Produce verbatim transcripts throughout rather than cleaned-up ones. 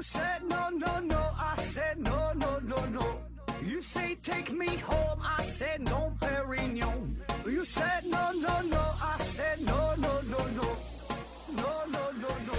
said no, no, no, I said no, no, no, no. You say take me home, I said no, Perignon. You said no, no, no, I said no, no, no, no. No, no, no, no.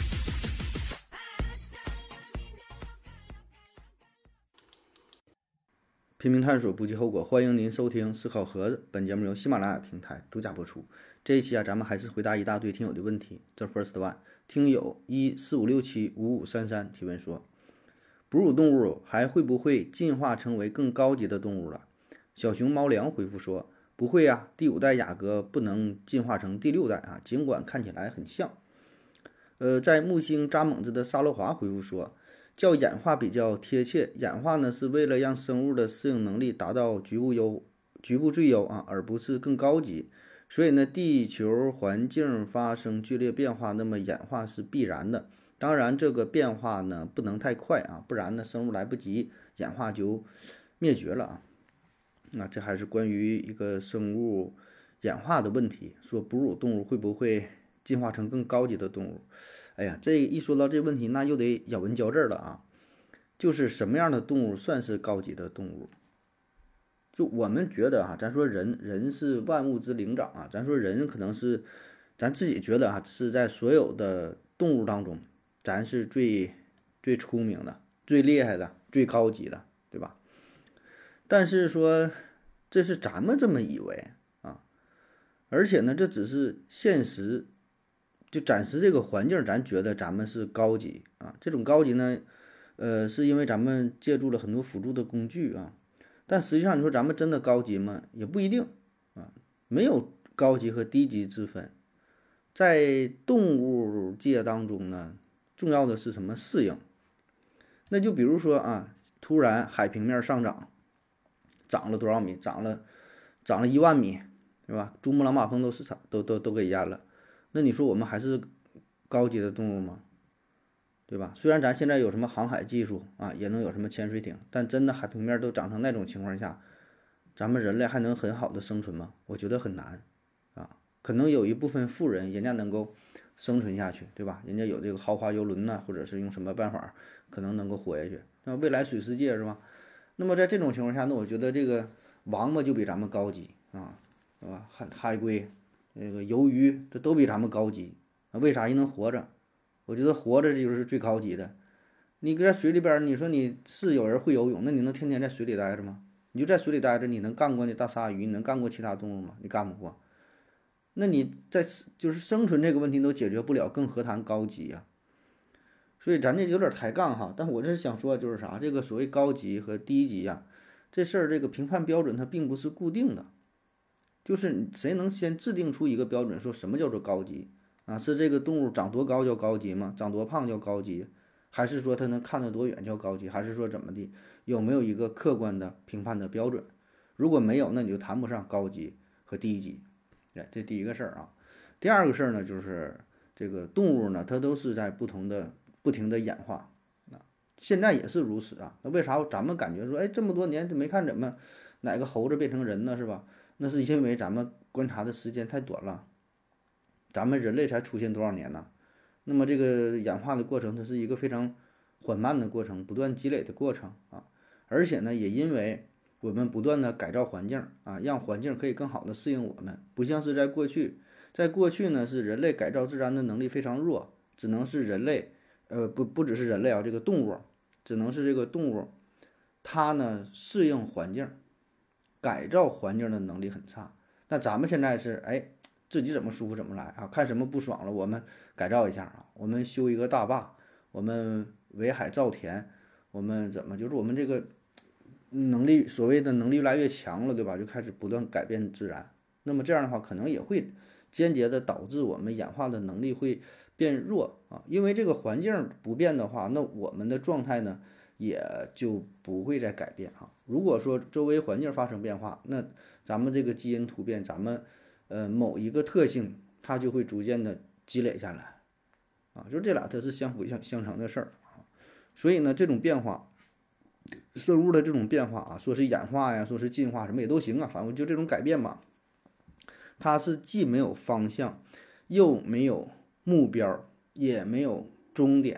拼命探索，不计后果。欢迎您收听思考盒子，本节目由喜马拉雅平台独家播出。这一期啊，咱们还是回答一大堆听友的问题。这 first one， 听友一四五六七五五三三提问说，哺乳动物还会不会进化成为更高级的动物了？小熊猫粮回复说，不会啊，第五代雅阁不能进化成第六代啊，尽管看起来很像。呃，在木星扎猛子的沙洛华回复说，叫演化比较贴切，演化呢是为了让生物的适应能力达到局部优、局部最优啊，而不是更高级。所以呢，地球环境发生剧烈变化，那么演化是必然的。当然，这个变化呢不能太快啊，不然呢生物来不及，演化就灭绝了啊。那这还是关于一个生物演化的问题，说哺乳动物会不会进化成更高级的动物？哎呀，这一说到这问题，那又得咬文嚼字了啊！就是什么样的动物算是高级的动物？就我们觉得啊，咱说人人是万物之灵长啊，咱说人可能是咱自己觉得啊，是在所有的动物当中，咱是最最出名的、最厉害的、最高级的，对吧？但是说这是咱们这么以为啊，而且呢，这只是现实。就暂时这个环境，咱觉得咱们是高级啊。这种高级呢，呃，是因为咱们借助了很多辅助的工具啊。但实际上，你说咱们真的高级吗？也不一定啊。没有高级和低级之分。在动物界当中呢，重要的是什么？适应。那就比如说啊，突然海平面上涨，涨了多少米？涨了，涨了一万米，对吧？珠穆朗玛峰都是都都都给淹了。那你说我们还是高级的动物吗？对吧？虽然咱现在有什么航海技术啊，也能有什么潜水艇，但真的海平面都涨成那种情况下，咱们人类还能很好的生存吗？我觉得很难啊。可能有一部分富人，人家能够生存下去，对吧？人家有这个豪华游轮呐、啊，或者是用什么办法可能能够活下去。那未来水世界是吧？那么在这种情况下，那我觉得这个王八就比咱们高级啊，是吧？海海龟。这个鱿鱼这都比咱们高级啊？为啥也能活着？我觉得活着这就是最高级的。你搁在水里边，你说你是有人会游泳，那你能天天在水里待着吗？你就在水里待着，你能干过那大鲨鱼？你能干过其他动物吗？你干不过。那你在就是生存这个问题都解决不了，更何谈高级呀、啊？所以咱这有点抬杠哈。但我这是想说，就是啥？这个所谓高级和低级呀、啊，这事儿这个评判标准它并不是固定的。就是谁能先制定出一个标准，说什么叫做高级啊？是这个动物长多高叫高级吗？长多胖叫高级？还是说它能看得多远叫高级？还是说怎么的？有没有一个客观的评判的标准？如果没有，那你就谈不上高级和低级。哎，这第一个事儿啊。第二个事儿呢，就是这个动物呢，它都是在不同的、不停的演化啊。现在也是如此啊。那为啥咱们感觉说，哎，这么多年没看怎么哪个猴子变成人呢？是吧？那是因为咱们观察的时间太短了，咱们人类才出现多少年呢？那么这个演化的过程，它是一个非常缓慢的过程，不断积累的过程啊。而且呢，也因为我们不断的改造环境啊，让环境可以更好的适应我们，不像是在过去，在过去呢是人类改造自然的能力非常弱，只能是人类，呃，不不只是人类啊，这个动物，只能是这个动物，它呢适应环境。改造环境的能力很差，那咱们现在是哎，自己怎么舒服怎么来啊，看什么不爽了，我们改造一下啊，我们修一个大坝，我们围海造田，我们怎么就是我们这个能力所谓的能力越来越强了，对吧？就开始不断改变自然，那么这样的话，可能也会间接的导致我们演化的能力会变弱啊，因为这个环境不变的话，那我们的状态呢？也就不会再改变哈。如果说周围环境发生变化，那咱们这个基因突变，咱们呃某一个特性，它就会逐渐的积累下来啊。就这俩它是相辅相相成的事儿啊。所以呢，这种变化，生物的这种变化啊，说是演化呀，说是进化，什么也都行啊，反正就这种改变吧，它是既没有方向，又没有目标，也没有终点。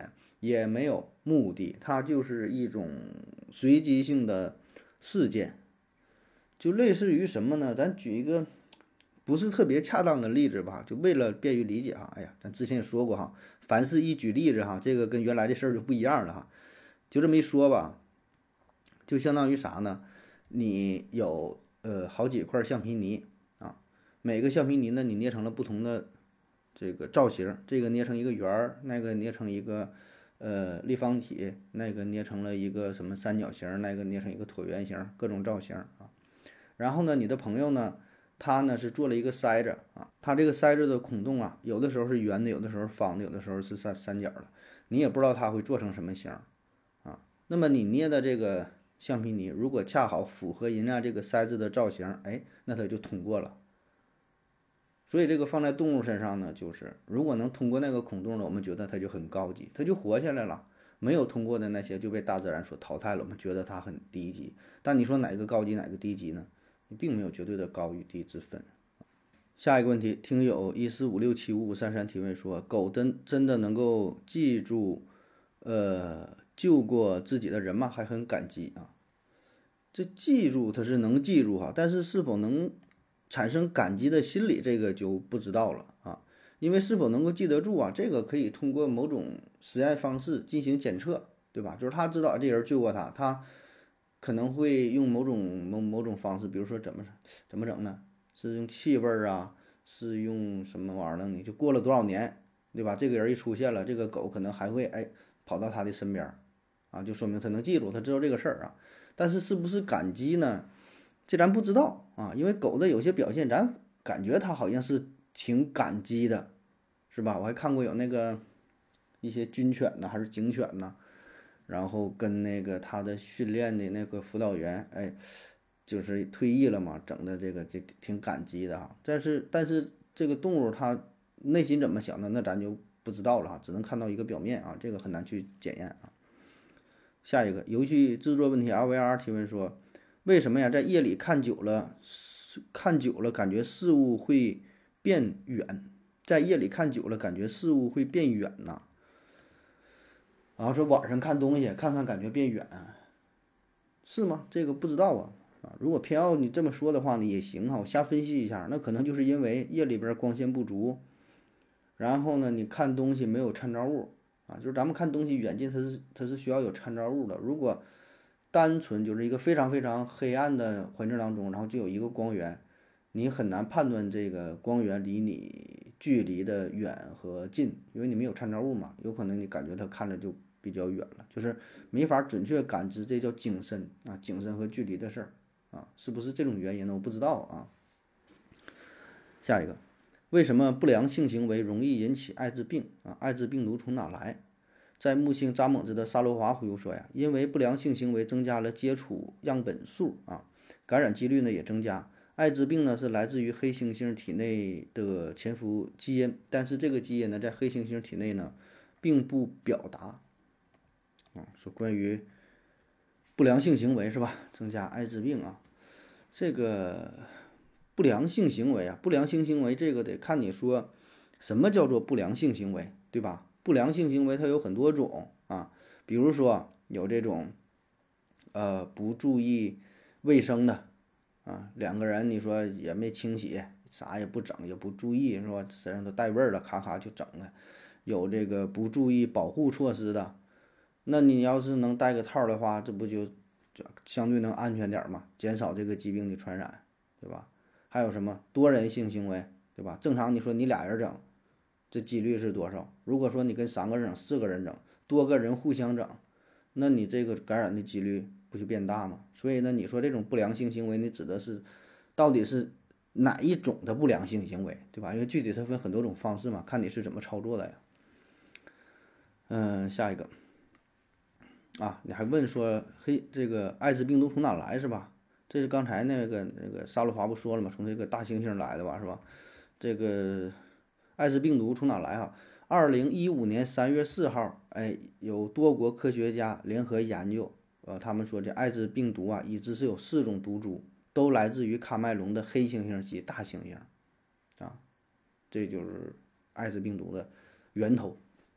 也没有目的，它就是一种随机性的事件，就类似于什么呢？咱举一个不是特别恰当的例子吧，就为了便于理解哈。哎呀，咱之前也说过哈，凡事一举例子哈，这个跟原来的事儿就不一样了哈。就这么一说吧，就相当于啥呢？你有呃好几块橡皮泥啊，每个橡皮泥呢你捏成了不同的这个造型，这个捏成一个圆儿，那个捏成一个呃立方体，那个捏成了一个什么三角形，那个捏成一个椭圆形，各种造型啊。然后呢，你的朋友呢，他呢是做了一个筛子啊，他这个筛子的孔洞啊，有的时候是圆的，有的时候方的，有的时候是三三角的，你也不知道它会做成什么形啊。那么你捏的这个橡皮泥，如果恰好符合人家这个筛子的造型，哎，那它就通过了。所以这个放在动物身上呢，就是如果能通过那个孔洞的，我们觉得它就很高级，它就活下来了。没有通过的那些就被大自然所淘汰了，我们觉得它很低级。但你说哪个高级，哪个低级呢？并没有绝对的高与低之分。下一个问题，听友一四五六七五五三三提问说，狗真真的能够记住，呃，救过自己的人吗？还很感激啊。这记住它是能记住哈，但是是否能产生感激的心理，这个就不知道了啊。因为是否能够记得住啊，这个可以通过某种实验方式进行检测，对吧？就是他知道这人救过他，他可能会用某种某某种方式，比如说怎么怎么整呢？是用气味儿啊，是用什么玩意儿呢？你就过了多少年，对吧？这个人一出现了，这个狗可能还会哎跑到他的身边儿啊，就说明他能记住，他知道这个事儿啊。但是是不是感激呢？这咱不知道啊，因为狗的有些表现，咱感觉它好像是挺感激的，是吧？我还看过有那个一些军犬呢，还是警犬呢，然后跟那个他的训练的那个辅导员，哎，就是退役了嘛，整的这个这挺感激的哈。但是但是这个动物它内心怎么想的，那咱就不知道了哈，只能看到一个表面啊，这个很难去检验啊。下一个游戏制作问题 ，L V R 提问说，为什么呀？在夜里看久了，看久了感觉事物会变远，在夜里看久了感觉事物会变远呐。然后说晚上看东西，看看感觉变远，是吗？这个不知道啊啊！如果偏要你这么说的话呢，也行哈。我瞎分析一下，那可能就是因为夜里边光线不足，然后呢，你看东西没有参照物啊，就是咱们看东西远近它是它是需要有参照物的。如果单纯就是一个非常非常黑暗的环境当中，然后就有一个光源，你很难判断这个光源离你距离的远和近，因为你没有参照物嘛，有可能你感觉它看着就比较远了，就是没法准确感知，这叫景深啊，景深和距离的事儿啊，是不是这种原因呢？我不知道啊。下一个，为什么不良性行为容易引起艾滋病啊？艾滋病毒从哪来？在木星扎猛子的沙罗华回复说呀，因为不良性行为增加了接触样本数啊，感染几率呢也增加。艾滋病呢是来自于黑猩猩体内的潜伏基因，但是这个基因呢在黑猩猩体内呢并不表达啊。说关于不良性行为是吧，增加艾滋病啊，这个不良性行为啊，不良性行为这个得看你说什么叫做不良性行为，对吧？不良性行为它有很多种啊，比如说有这种呃不注意卫生的啊，两个人你说也没清洗，啥也不整，也不注意是吧？身上都带味儿了，咔咔就整了。有这个不注意保护措施的，那你要是能戴个套的话，这不就就相对能安全点嘛，减少这个疾病的传染，对吧？还有什么多人性行为，对吧？正常你说你俩人整，这几率是多少？如果说你跟三个人整、四个人整、多个人互相整，那你这个感染的几率不就变大吗？所以呢，你说这种不良性行为，你指的是到底是哪一种的不良性行为，对吧？因为具体它分很多种方式嘛，看你是怎么操作的呀。嗯，下一个啊，你还问说嘿，这个艾滋病毒从哪来是吧？这是刚才那个那个沙洛华不说了吗？从这个大猩猩来的吧，是吧？这个艾滋病毒从哪来啊？二零一五年三月四号，哎，有多国科学家联合研究，呃，他们说这艾滋病毒啊，已知是有四种毒株，都来自于喀麦隆的黑猩猩及大猩猩，啊，这就是艾滋病毒的源头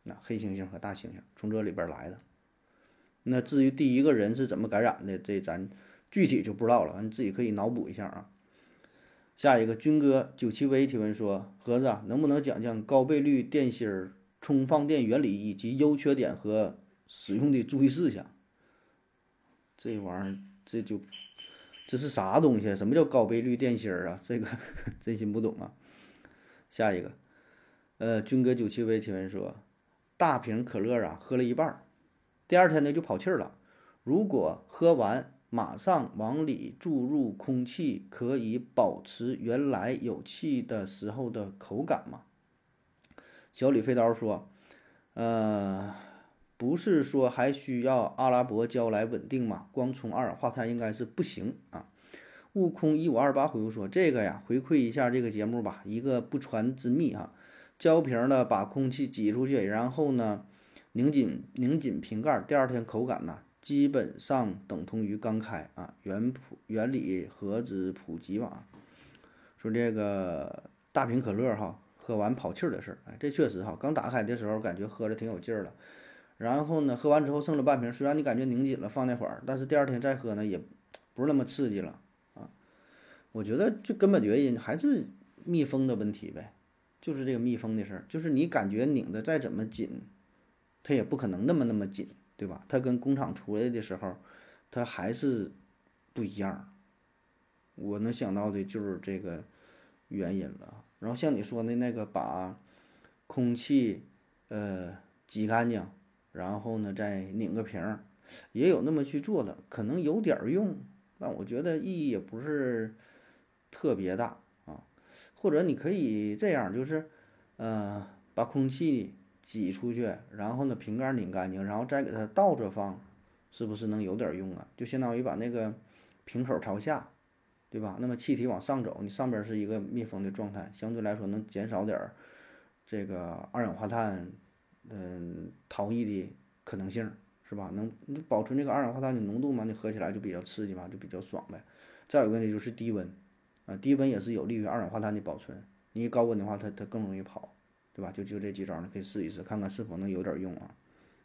那黑猩猩和大猩猩从这里边来的。那至于第一个人是怎么感染的，这咱具体就不知道了，你自己可以脑补一下啊。下一个军哥九七 V 提问说，盒子啊，能不能讲讲高倍率电芯充放电原理以及优缺点和使用的注意事项？这玩意儿这就这是啥东西？什么叫高倍率电芯啊？这个真心不懂啊。下一个，呃，军哥九七 V 提问说，大瓶可乐啊，喝了一半，第二天呢就跑气儿了。如果喝完马上往里注入空气，可以保持原来有气的时候的口感吗？小李飞刀说，呃，不是说还需要阿拉伯胶来稳定吗？光冲二氧化碳应该是不行啊。悟空一五二八回复说，这个呀，回馈一下这个节目吧，一个不传之秘啊。胶瓶呢把空气挤出去，然后呢拧紧拧紧瓶盖，第二天口感呢基本上等同于刚开啊。原普原理盒子普及吧。说这个大瓶可乐哈，喝完跑气儿的事儿，哎，这确实哈，刚打开的时候感觉喝着挺有劲儿了，然后呢喝完之后剩了半瓶，虽然你感觉拧紧了放那会儿，但是第二天再喝呢也不是那么刺激了啊。我觉得这根本原因还是密封的问题呗，就是这个密封的事儿，就是你感觉拧的再怎么紧，它也不可能那么那么紧，对吧？它跟工厂出来的时候，它还是不一样。我能想到的就是这个原因了。然后像你说的那个把空气呃挤干净，然后呢再拧个瓶儿，也有那么去做的，可能有点用，但我觉得意义也不是特别大啊。或者你可以这样，就是呃把空气挤出去，然后呢瓶盖拧干净，然后再给它倒着放，是不是能有点用啊？就相当于把那个瓶口朝下，对吧？那么气体往上走，你上边是一个密封的状态，相对来说能减少点儿这个二氧化碳嗯逃逸的可能性，是吧？能保存这个二氧化碳的浓度嘛？你喝起来就比较刺激嘛，就比较爽呗。再有一个呢就是低温啊，低温也是有利于二氧化碳的保存。你高温的话，它它更容易跑，对吧？就就这几招，你可以试一试，看看是否能有点用啊。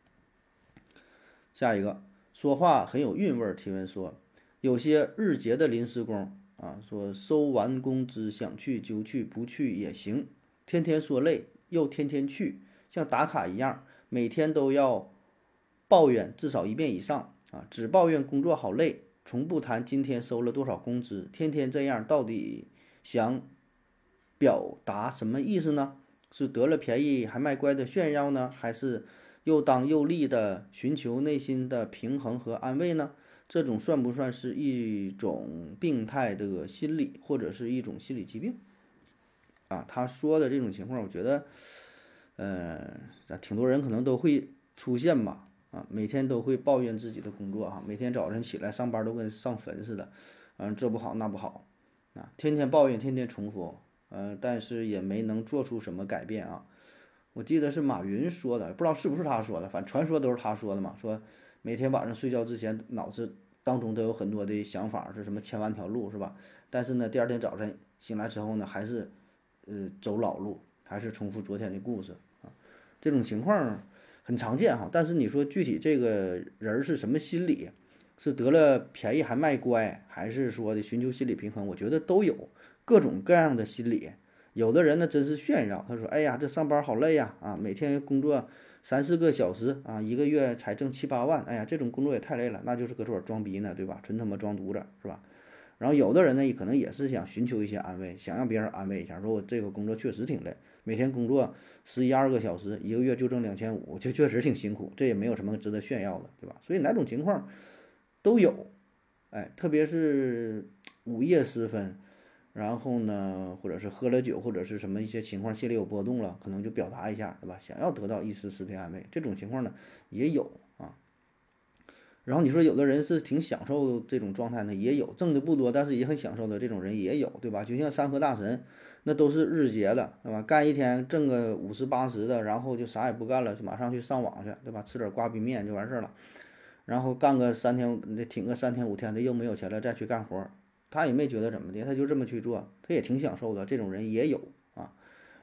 下一个，说话很有韵味儿提问说，有些日结的临时工啊，说收完工资想去就去，不去也行，天天说累，又天天去，像打卡一样，每天都要抱怨至少一遍以上啊，只抱怨工作好累，从不谈今天收了多少工资，天天这样，到底想表达什么意思呢？是得了便宜还卖乖的炫耀呢，还是又当又立的寻求内心的平衡和安慰呢？这种算不算是一种病态的心理，或者是一种心理疾病啊？他说的这种情况，我觉得，呃，挺多人可能都会出现吧。啊，每天都会抱怨自己的工作哈，每天早晨起来上班都跟上坟似的，嗯，这不好那不好，啊，天天抱怨，天天重复，呃，但是也没能做出什么改变啊。我记得是马云说的，不知道是不是他说的，反正传说都是他说的嘛。说每天晚上睡觉之前，脑子当中都有很多的想法，是什么千万条路是吧？但是呢，第二天早晨醒来之后呢，还是呃走老路，还是重复昨天的故事啊。这种情况很常见哈。但是你说具体这个人是什么心理？是得了便宜还卖乖，还是说的寻求心理平衡？我觉得都有各种各样的心理。有的人呢真是炫耀，他说：“哎呀，这上班好累呀，啊，每天工作三四个小时啊，一个月才挣七八万，哎呀，这种工作也太累了，那就是搁这儿装逼呢，对吧？纯他妈装犊子，是吧？”然后有的人呢，可能也是想寻求一些安慰，想让别人安慰一下，说我这个工作确实挺累，每天工作十一二个小时，一个月就挣两千五，就确实挺辛苦，这也没有什么值得炫耀的，对吧？所以哪种情况都有，哎，特别是午夜时分。然后呢，或者是喝了酒，或者是什么一些情况心里有波动了，可能就表达一下，对吧？想要得到一丝丝的安慰，这种情况呢也有啊。然后你说有的人是挺享受这种状态呢，也有挣的不多，但是也很享受的这种人也有，对吧？就像山河大神，那都是日结的，对吧？干一天挣个五十八十的，然后就啥也不干了，就马上去上网去，对吧？吃点挂壁面就完事儿了，然后干个三天，挺个三天五天的，又没有钱了，再去干活。他也没觉得怎么的，他就这么去做，他也挺享受的。这种人也有啊。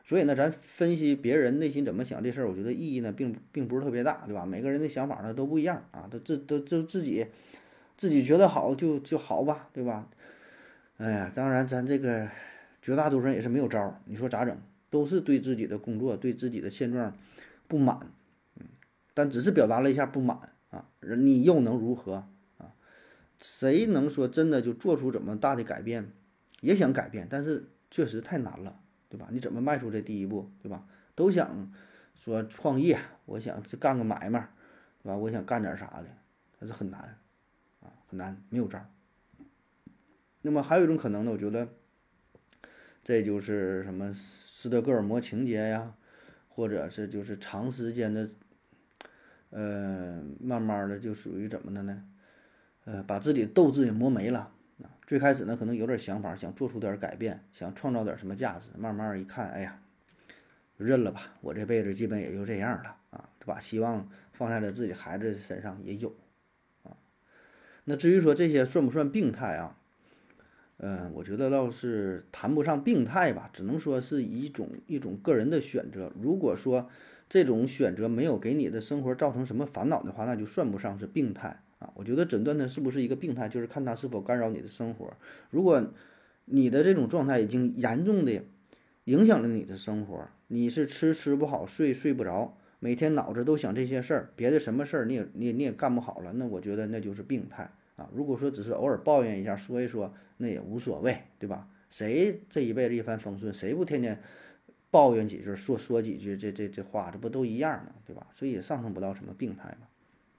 所以呢，咱分析别人内心怎么想这事儿，我觉得意义呢并并不是特别大，对吧？每个人的想法呢都不一样啊，都自都都自己自己觉得好就就好吧，对吧？哎呀，当然咱这个绝大多数人也是没有招儿，你说咋整？都是对自己的工作、对自己的现状不满，但只是表达了一下不满啊，你又能如何啊？谁能说真的就做出这么大的改变？也想改变，但是确实太难了，对吧？你怎么迈出这第一步，对吧？都想说创业，我想干个买卖，对吧？我想干点啥的，但是很难啊，很难，没有招儿。那么还有一种可能呢，我觉得这就是什么斯德哥尔摩情节呀，或者是就是长时间的，呃，慢慢的就属于怎么的呢？呃，把自己斗志也磨没了啊。最开始呢，可能有点想法，想做出点改变，想创造点什么价值。慢慢一看，哎呀，认了吧，我这辈子基本也就这样了啊，把希望放在了自己孩子身上也有啊。那至于说这些算不算病态啊？嗯，我觉得倒是谈不上病态吧，只能说是一种一种个人的选择。如果说这种选择没有给你的生活造成什么烦恼的话，那就算不上是病态啊。我觉得诊断的是不是一个病态，就是看它是否干扰你的生活。如果你的这种状态已经严重的影响了你的生活，你是吃吃不好，睡睡不着，每天脑子都想这些事儿，别的什么事儿你也你也你也干不好了，那我觉得那就是病态啊。如果说只是偶尔抱怨一下，说一说，那也无所谓，对吧？谁这一辈子一帆风顺，谁不天天抱怨几句，说说几句这这这话，这不都一样吗？对吧？所以也上升不到什么病态嘛。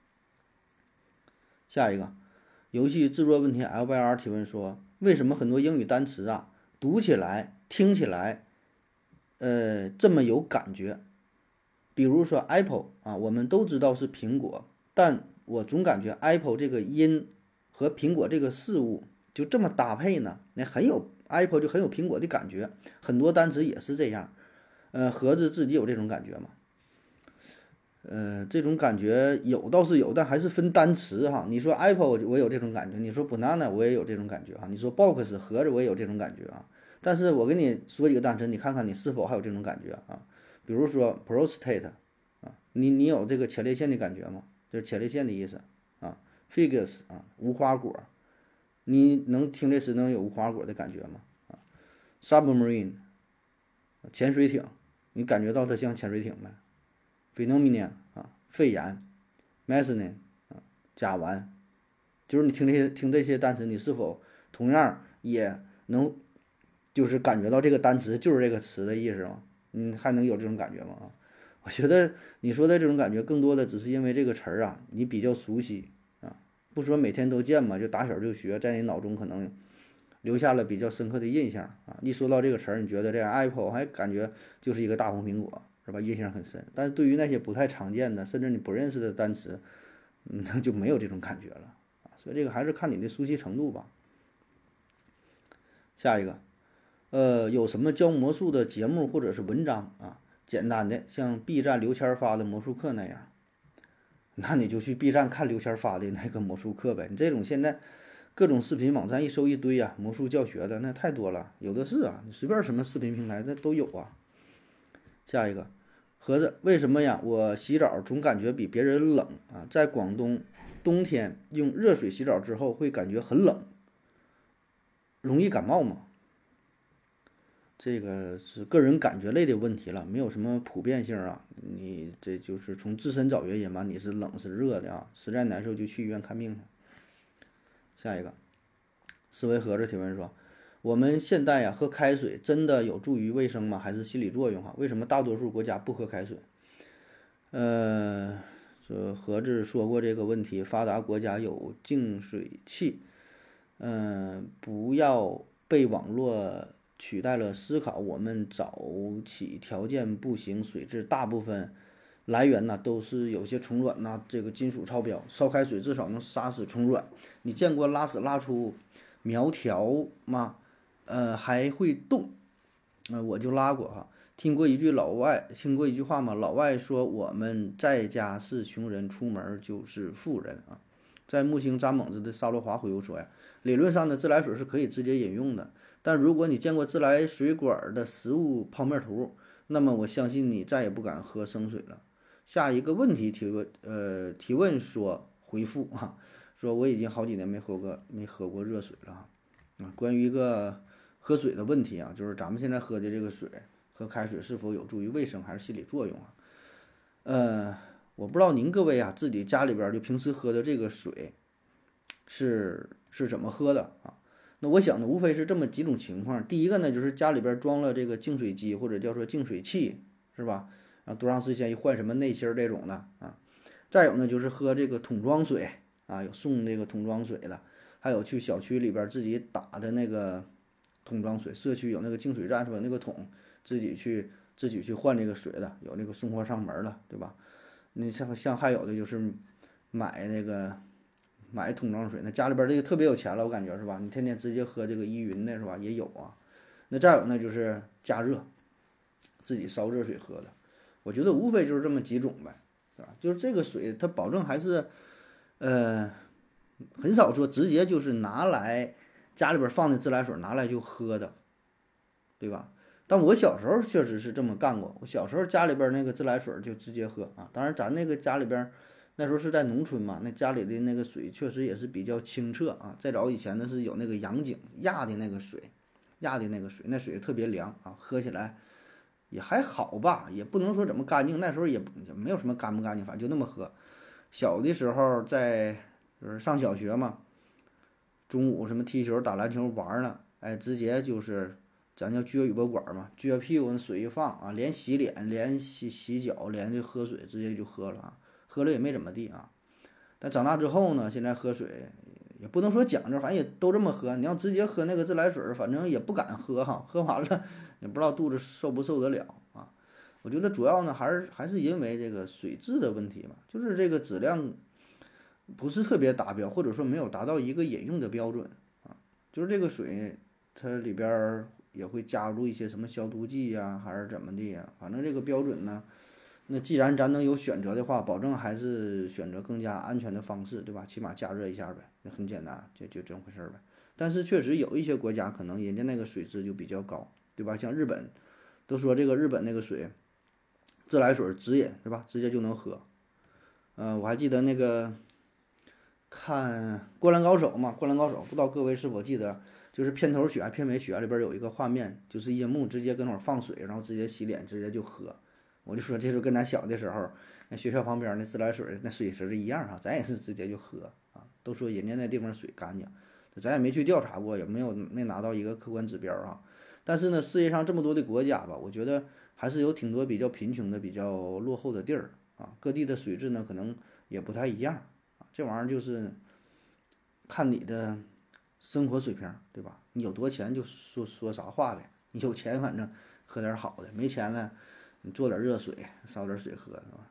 下一个，游戏制作问题 L Y R 提问说，为什么很多英语单词啊，读起来、听起来，呃，这么有感觉？比如说 Apple 啊，我们都知道是苹果，但我总感觉 Apple 这个音和苹果这个事物就这么搭配呢，那很有 Apple 就很有苹果的感觉，很多单词也是这样。呃，盒子自己有这种感觉吗？呃，这种感觉有倒是有，但还是分单词哈。你说 Apple 我有这种感觉，你说 banana 我也有这种感觉哈，你说 box 盒子我也有这种感觉啊。但是我给你说几个单词，你看看你是否还有这种感觉啊？比如说 prostate 啊，你你有这个前列腺的感觉吗？就是前列腺的意思啊。figs 啊，无花果，你能听这词能有无花果的感觉吗？啊，submarine 潜水艇，你感觉到它像潜水艇没？Phenomenon 啊，肺炎 ，medicine 啊，甲烷，就是你听这些听这些单词，你是否同样也能就是感觉到这个单词就是这个词的意思吗？你还能有这种感觉吗？啊，我觉得你说的这种感觉，更多的只是因为这个词儿啊，你比较熟悉啊，不说每天都见嘛，就打小就学，在你脑中可能留下了比较深刻的印象啊。一说到这个词儿，你觉得这个 Apple 还感觉就是一个大红苹果。是吧？印象很深，但是对于那些不太常见的，甚至你不认识的单词，嗯，那就没有这种感觉了啊。所以这个还是看你的熟悉程度吧。下一个，呃，有什么教魔术的节目或者是文章啊？简单的，像 B 站刘谦发的魔术课那样，那你就去 B 站看刘谦发的那个魔术课呗。你这种现在各种视频网站一搜一堆啊，魔术教学的那太多了，有的是啊，你随便什么视频平台那都有啊。下一个。盒子，为什么呀？我洗澡总感觉比别人冷啊！在广东，冬天用热水洗澡之后会感觉很冷，容易感冒吗？这个是个人感觉类的问题了，没有什么普遍性啊。你这就是从自身找原因嘛？你是冷是热的啊？实在难受就去医院看病去。下一个，思维盒子提问说。我们现代呀，喝开水真的有助于卫生吗？还是心理作用哈？为什么大多数国家不喝开水？呃，这何志说过这个问题，发达国家有净水器。嗯、呃，不要被网络取代了思考。我们早起条件不行，水质大部分来源呢都是有些虫卵呐，这个金属超标。烧开水至少能杀死虫卵。你见过拉屎拉出苗条吗？呃，还会动，呃，我就拉过哈。听过一句老外，听过一句话吗？老外说我们在家是穷人，出门就是富人啊。在木星扎猛子的沙罗华回复说呀，理论上的自来水是可以直接饮用的，但如果你见过自来水管的实物泡面图， 那么我相信你再也不敢喝生水了。下一个问题提问，呃，提问说回复啊，说我已经好几年没喝过没喝过热水了啊。啊，关于一个喝水的问题啊，就是咱们现在喝的这个水，喝开水是否有助于卫生还是心理作用啊？呃，我不知道您各位啊，自己家里边儿就平时喝的这个水是是怎么喝的啊？那我想呢，无非是这么几种情况。第一个呢，就是家里边儿装了这个净水机或者叫做净水器，是吧？啊，多长时间一换什么内芯儿这种的啊。再有呢，就是喝这个桶装水啊，有送这个桶装水的，还有去小区里边儿自己打的那个桶装水，社区有那个净水站是吧？那个桶自己去自己去换这个水的，有那个送货上门儿的，对吧？你像像还有的就是买那个买桶装水，那家里边儿这个特别有钱了，我感觉是吧？你天天直接喝这个依云的是吧？也有啊。那再有呢，就是加热，自己烧热水喝的。我觉得无非就是这么几种呗，对吧？就是这个水，它保证还是呃很少说直接就是拿来家里边儿放的自来水拿来就喝的，对吧？但我小时候确实是这么干过。我小时候家里边儿那个自来水儿就直接喝啊。当然，咱那个家里边儿那时候是在农村嘛，那家里的那个水确实也是比较清澈啊。再早以前呢是有那个洋井压的那个水，压的那个水，那水特别凉啊，喝起来也还好吧，也不能说怎么干净。那时候也也没有什么干不干净，反正就那么喝。小的时候在就是上小学嘛，中午什么踢球、打篮球玩儿呢，哎，直接就是咱叫撅尾巴管儿嘛，撅屁股那水一放啊，连洗脸、连洗洗脚、连这喝水，直接就喝了啊，喝了也没怎么地啊。但长大之后呢，现在喝水也不能说讲究，反正也都这么喝。你要直接喝那个自来水儿，反正也不敢喝哈，喝完了也不知道肚子受不受得了啊。我觉得主要呢还是还是因为这个水质的问题嘛，就是这个质量不是特别达标，或者说没有达到一个饮用的标准啊。就是这个水它里边儿也会加入一些什么消毒剂呀，还是怎么的呀？反正这个标准呢，那既然咱能有选择的话，保证还是选择更加安全的方式，对吧？起码加热一下呗，那很简单，就就这么回事儿呗。但是确实有一些国家可能人家那个水质就比较高，对吧？像日本，都说这个日本那个水自来水直饮，对吧？直接就能喝。呃，我还记得那个看《灌篮高手》嘛，《灌篮高手》不知道各位是否记得，就是片头曲啊、片尾曲啊里边有一个画面，就是樱木直接跟那儿放水，然后直接洗脸，直接就喝。我就说这就跟咱小的时候，那学校旁边那自来水那水池子一样哈，咱也是直接就喝啊。都说人家那地方水干净，咱也没去调查过，也没有没拿到一个客观指标啊。但是呢，世界上这么多的国家吧，我觉得还是有挺多比较贫穷的、比较落后的地儿啊。各地的水质呢，可能也不太一样啊。这玩意儿就是看你的生活水平，对吧？你有多钱就说说啥话呗。你有钱反正喝点好的，没钱呢，你做点热水，烧点水喝，是吧？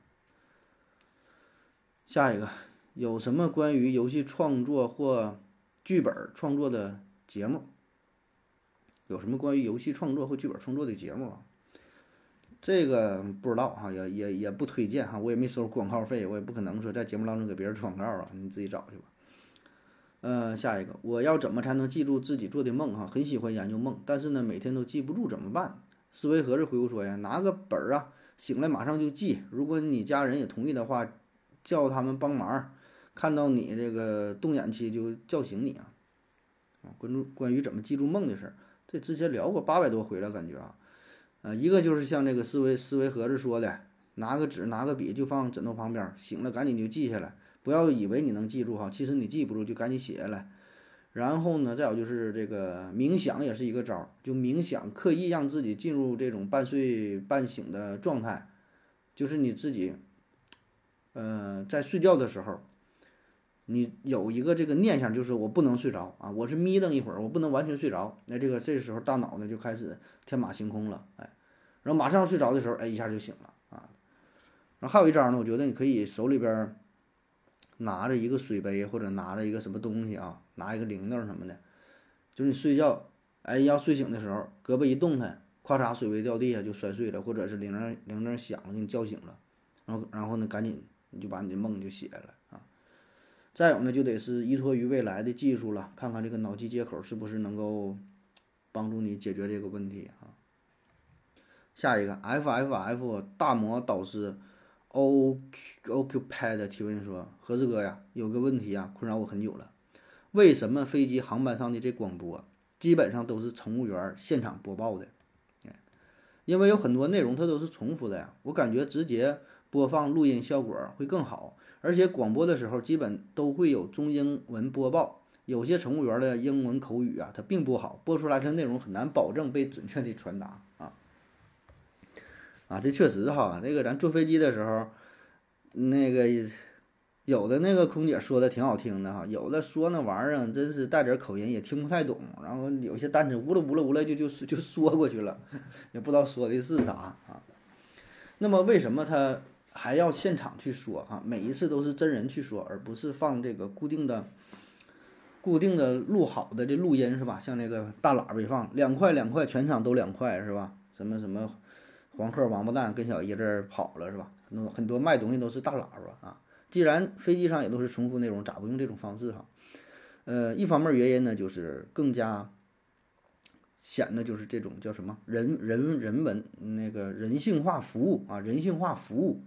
下一个，有什么关于游戏创作或剧本创作的节目？有什么关于游戏创作或剧本创作的节目啊？这个不知道哈，也也也不推荐哈，我也没收广告费，我也不可能说在节目当中给别人传广告啊，你自己找去吧。呃，下一个，我要怎么才能记住自己做的梦哈？很喜欢研究梦，但是呢，每天都记不住怎么办？思维盒子回复说呀，拿个本儿啊，醒来马上就记。如果你家人也同意的话，叫他们帮忙，看到你这个动眼期就叫醒你啊。啊，关注关于怎么记住梦的事儿，这之前聊过八百多回了，感觉啊。呃，一个就是像这个思维思维盒子说的，拿个纸拿个笔就放枕头旁边，醒了赶紧就记下来，不要以为你能记住哈，其实你记不住就赶紧写下来。然后呢，再有就是这个冥想也是一个招儿，就冥想刻意让自己进入这种半睡半醒的状态，就是你自己，呃，在睡觉的时候，你有一个这个念想，就是我不能睡着啊，我是眯瞪一会儿，我不能完全睡着。那这个这时候大脑呢就开始天马行空了，哎，然后马上睡着的时候，哎，一下就醒了啊。然后还有一招呢，我觉得你可以手里边拿着一个水杯或者拿着一个什么东西啊，拿一个铃铛什么的，就是你睡觉，哎，要睡醒的时候，胳膊一动弹，咵嚓水杯掉地下就摔碎了，或者是铃铛铃铛响了给你叫醒了，然后然后呢赶紧你就把你的梦就写下来啊。再有呢，就得是依托于未来的技术了，看看这个脑机接口是不是能够帮助你解决这个问题啊。 下一个 F F F 大魔导师 O Ocupad 提问说：盒子哥呀，有个问题啊，困扰我很久了，为什么飞机航班上的这广播基本上都是乘务员现场播报的？因为有很多内容它都是重复的呀，我感觉直接播放录音效果会更好，而且广播的时候基本都会有中英文播报，有些乘务员的英文口语啊，它并不好，播出来的内容很难保证被准确的传达啊。啊，这确实哈，这个咱坐飞机的时候，那个有的那个空姐说的挺好听的哈，有的说那玩意儿真是带点口音也听不太懂，然后有些单词呜了呜了呜了就就就说过去了，也不知道说的是啥啊。那么为什么他还要现场去说啊？每一次都是真人去说，而不是放这个固定的、固定的录好的这录音是吧？像那个大喇叭一放，两块两块，全场都两块是吧？什么什么黄鹤王八蛋跟小姨子跑了是吧？很多很多卖东西都是大喇叭啊。既然飞机上也都是重复内容，咋不用这种方式哈？呃，一方面原因呢，就是更加显得就是这种叫什么人人人文那个人性化服务啊，人性化服务。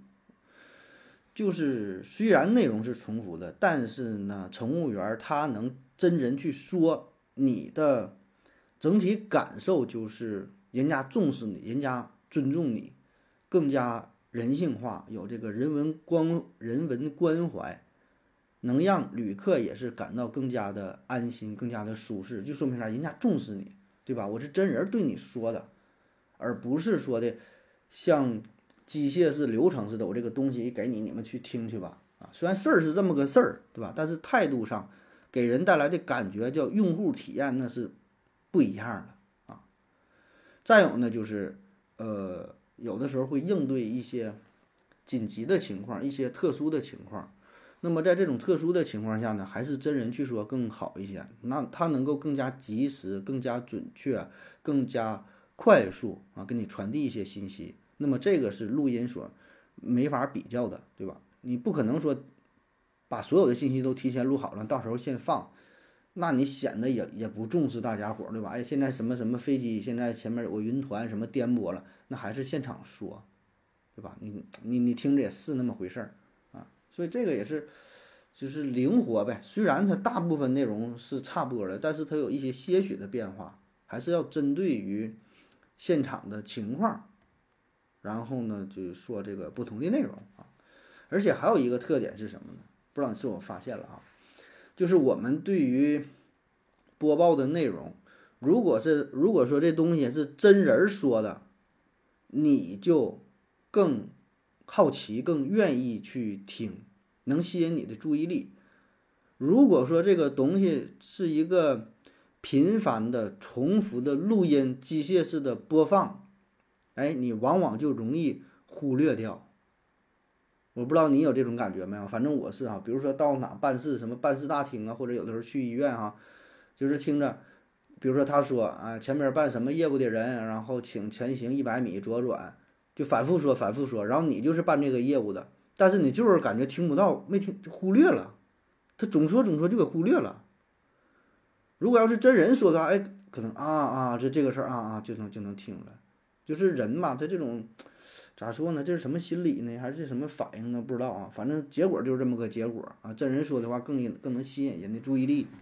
就是虽然内容是重复的，但是呢，乘务员他能真人去说，你的整体感受就是人家重视你，人家尊重你，更加人性化，有这个人文关人文关怀，能让旅客也是感到更加的安心，更加的舒适，就说明啥？人家重视你，对吧？我是真人对你说的，而不是说的像机械式流程似的，我这个东西给你，你们去听去吧。啊，虽然事儿是这么个事儿，对吧？但是态度上给人带来的感觉叫用户体验那是不一样的啊。再有呢，就是呃，有的时候会应对一些紧急的情况，一些特殊的情况。那么在这种特殊的情况下呢，还是真人去说更好一些。那它能够更加及时、更加准确、更加快速啊，给你传递一些信息。那么这个是录音所没法比较的，对吧？你不可能说把所有的信息都提前录好了，到时候现放，那你显得也也不重视大家伙儿，对吧？哎，现在什么什么飞机，现在前面有个云团什么颠簸了，那还是现场说，对吧？你你你听着也是那么回事儿啊，所以这个也是就是灵活呗。虽然它大部分内容是差不多的，但是它有一些些许的变化，还是要针对于现场的情况。然后呢，就说这个不同的内容啊，而且还有一个特点是什么呢？不知道你是我发现了啊，就是我们对于播报的内容，如果是如果说这东西是真人说的，你就更好奇，更愿意去听，能吸引你的注意力。如果说这个东西是一个频繁的、重复的录音、机械式的播放，哎，你往往就容易忽略掉。我不知道你有这种感觉没有？反正我是啊，比如说到哪办事，什么办事大厅啊，或者有的时候去医院哈、啊，就是听着，比如说他说啊，前面办什么业务的人，然后请前行一百米左转，就反复说，反复说，然后你就是办这个业务的，但是你就是感觉听不到，没听，忽略了，他总说总说就给忽略了。如果要是真人说的话，哎，可能啊啊，这这个事儿啊啊就能就能听了。就是人嘛，他这种咋说呢？这是什么心理呢？还是什么反应呢？不知道啊。反正结果就是这么个结果啊。真人说的话更更能吸引人的注意力。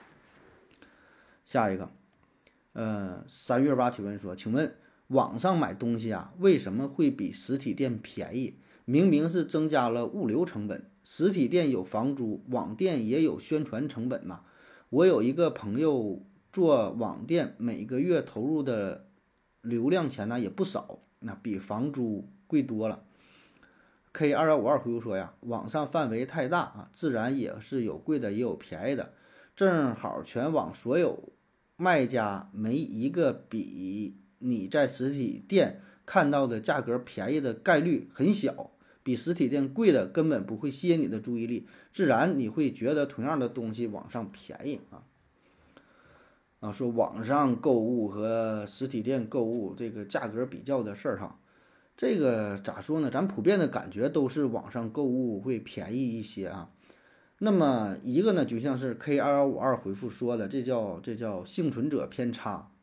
下一个，呃，三月八提问说，请问网上买东西啊，为什么会比实体店便宜？明明是增加了物流成本，实体店有房租，网店也有宣传成本呐、啊。我有一个朋友做网店，每个月投入的流量钱呢也不少，那比房租贵多了。K 二幺五二回复说呀，网上范围太大啊，自然也是有贵的也有便宜的，正好全网所有卖家没一个比你在实体店看到的价格便宜的概率很小，比实体店贵的根本不会吸引你的注意力，自然你会觉得同样的东西网上便宜啊。啊，说网上购物和实体店购物这个价格比较的事儿哈，这个咋说呢？咱普遍的感觉都是网上购物会便宜一些啊。那么一个呢，就像是 K 二幺五二回复说的，这叫这叫幸存者偏差。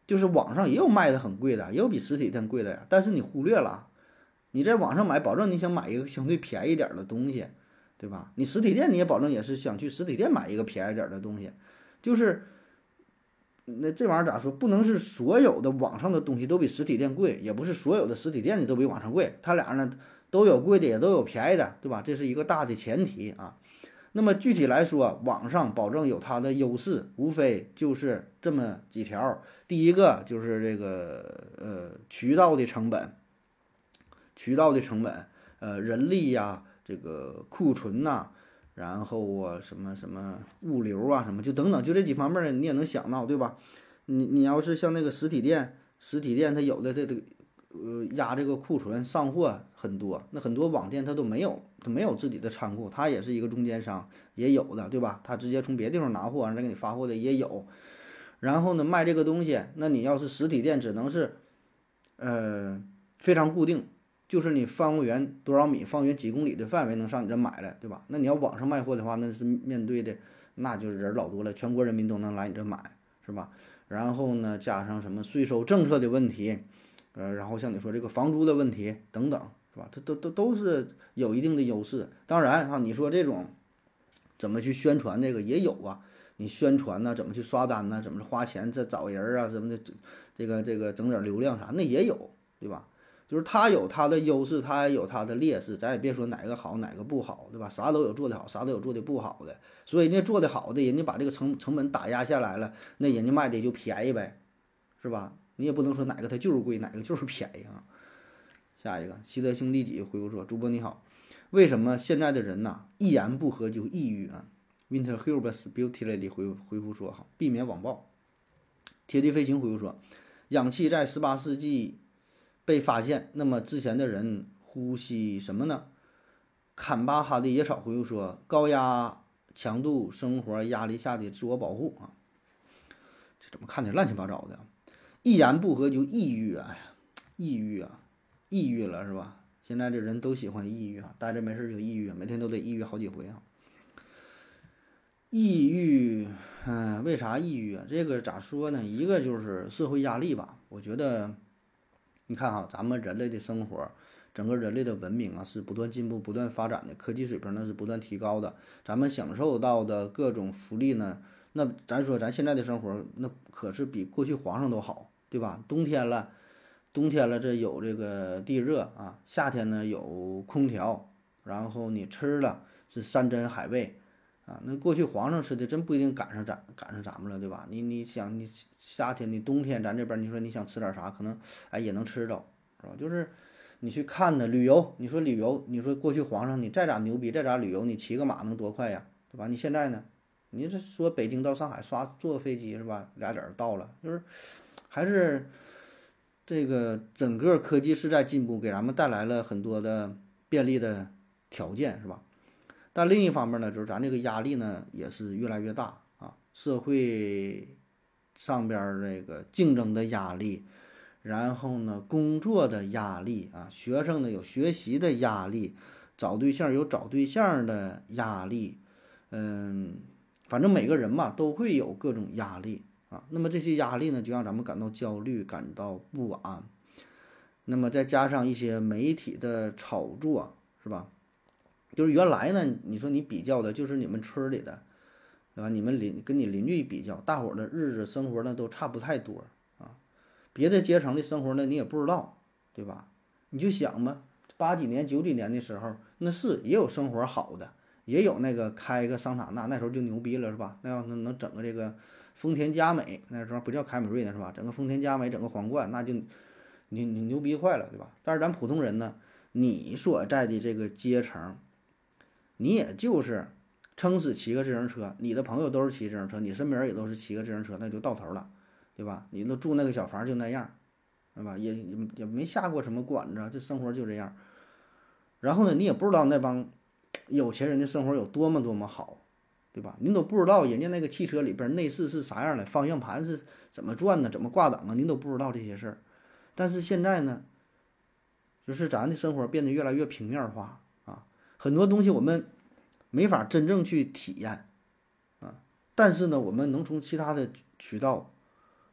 就是网上也有卖的很贵的，也有比实体店贵的呀，但是你忽略了，你在网上买，保证你想买一个相对便宜点的东西，对吧？你实体店你也保证也是想去实体店买一个便宜点的东西，就是那这玩意儿咋说？不能是所有的网上的东西都比实体店贵，也不是所有的实体店的都比网上贵，它俩呢都有贵的，也都有便宜的，对吧？这是一个大的前提啊。那么具体来说，网上保证有它的优势，无非就是这么几条。第一个就是这个呃渠道的成本，渠道的成本，呃人力呀，这个库存呐、然后啊什么什么物流啊什么，就等等，就这几方面呢，你也能想到，对吧？你你要是像那个实体店，实体店它有的这这个呃压这个库存上货很多，那很多网店它都没有，它没有自己的仓库，它也是一个中间商，也有的，对吧？它直接从别地方拿货，然后再给你发货的也有。然后呢，卖这个东西，那你要是实体店，只能是呃非常固定，就是你方圆多少米、方圆几公里的范围能上你这买来，对吧？那你要网上卖货的话，那是面对的那就是人老多了，全国人民都能来你这买，是吧？然后呢，加上什么税收政策的问题，呃，然后像你说这个房租的问题等等，是吧？这都都都是有一定的优势。当然哈，你说这种怎么去宣传这个也有啊，你宣传呐、怎么去刷单呐、怎么花钱这找人啊什么的，这这个这个整点流量啥，那也有，对吧？就是它有它的优势，它也有它的劣势，咱也别说哪个好哪个不好，对吧？啥都有做的好，啥都有做的不好的。所以人家做的好的，人家把这个成成本打压下来了，那人家卖的也就便宜呗，是吧？你也不能说哪个它就是贵，哪个就是便宜啊。下一个，习德性利己回复说：“主播你好，为什么现在的人呐、一言不合就抑郁啊？”Winter Hubers Beauty Lady 回回复说：“好，避免网暴。”贴地飞行回复说：“氧气在十八世纪被发现，那么之前的人呼吸什么呢？”坎巴哈的野草回复说：“高压强度生活压力下的自我保护啊。”这怎么看的乱七八糟的？一言不合就抑郁啊！哎呀，抑郁啊，抑郁了是吧？现在这人都喜欢抑郁啊，待着没事就抑郁，每天都得抑郁好几回啊。抑郁，嗯，为啥抑郁啊？这个咋说呢？一个就是社会压力吧。我觉得，你看哈，咱们人类的生活，整个人类的文明啊，是不断进步、不断发展的，科技水平呢是不断提高的。咱们享受到的各种福利呢，那咱说咱现在的生活，那可是比过去皇上都好，对吧？冬天了，冬天了，这有这个地热啊；夏天呢有空调，然后你吃了是山珍海味。啊，那过去皇上吃的真不一定赶上咱赶上咱们了，对吧？你你想你夏天你冬天咱这边你说你想吃点啥，可能哎也能吃着，是吧？就是你去看的旅游，你说旅游，你说过去皇上你再咋牛逼，再咋旅游，你骑个马能多快呀，对吧？你现在呢，你这说北京到上海刷坐飞机是吧，俩点儿到了，就是还是这个整个科技是在进步，给咱们带来了很多的便利的条件，是吧？但另一方面呢，就是咱这个压力呢也是越来越大啊，社会上边儿这个竞争的压力，然后呢工作的压力啊，学生呢有学习的压力，找对象有找对象的压力，嗯，反正每个人嘛都会有各种压力啊。那么这些压力呢，就让咱们感到焦虑，感到不安。那么再加上一些媒体的炒作，是吧？就是原来呢，你说你比较的就是你们村里的，对吧？你们邻跟你邻居一比较，大伙儿的日子生活呢都差不太多啊。别的阶层的生活呢你也不知道，对吧？你就想吧，八几年、九几年的时候，那是也有生活好的，也有那个开个桑塔纳，那时候就牛逼了，是吧？那要能能整个这个丰田佳美，那时候不叫凯美瑞呢，是吧？整个丰田佳美，整个皇冠，那就你你牛逼坏了，对吧？但是咱普通人呢，你所在的这个阶层。你也就是撑死骑个自行车，你的朋友都是骑自行车，你身边人也都是骑个自行车，那就到头了，对吧？你都住那个小房就那样，对吧？也也也没下过什么馆子，这生活就这样。然后呢，你也不知道那帮有钱人的生活有多么多么好，对吧？您都不知道人家那个汽车里边内饰是啥样的，方向盘是怎么转的，怎么挂档啊，您都不知道这些事儿。但是现在呢，就是咱的生活变得越来越平面化。很多东西我们没法真正去体验啊，但是呢，我们能从其他的渠道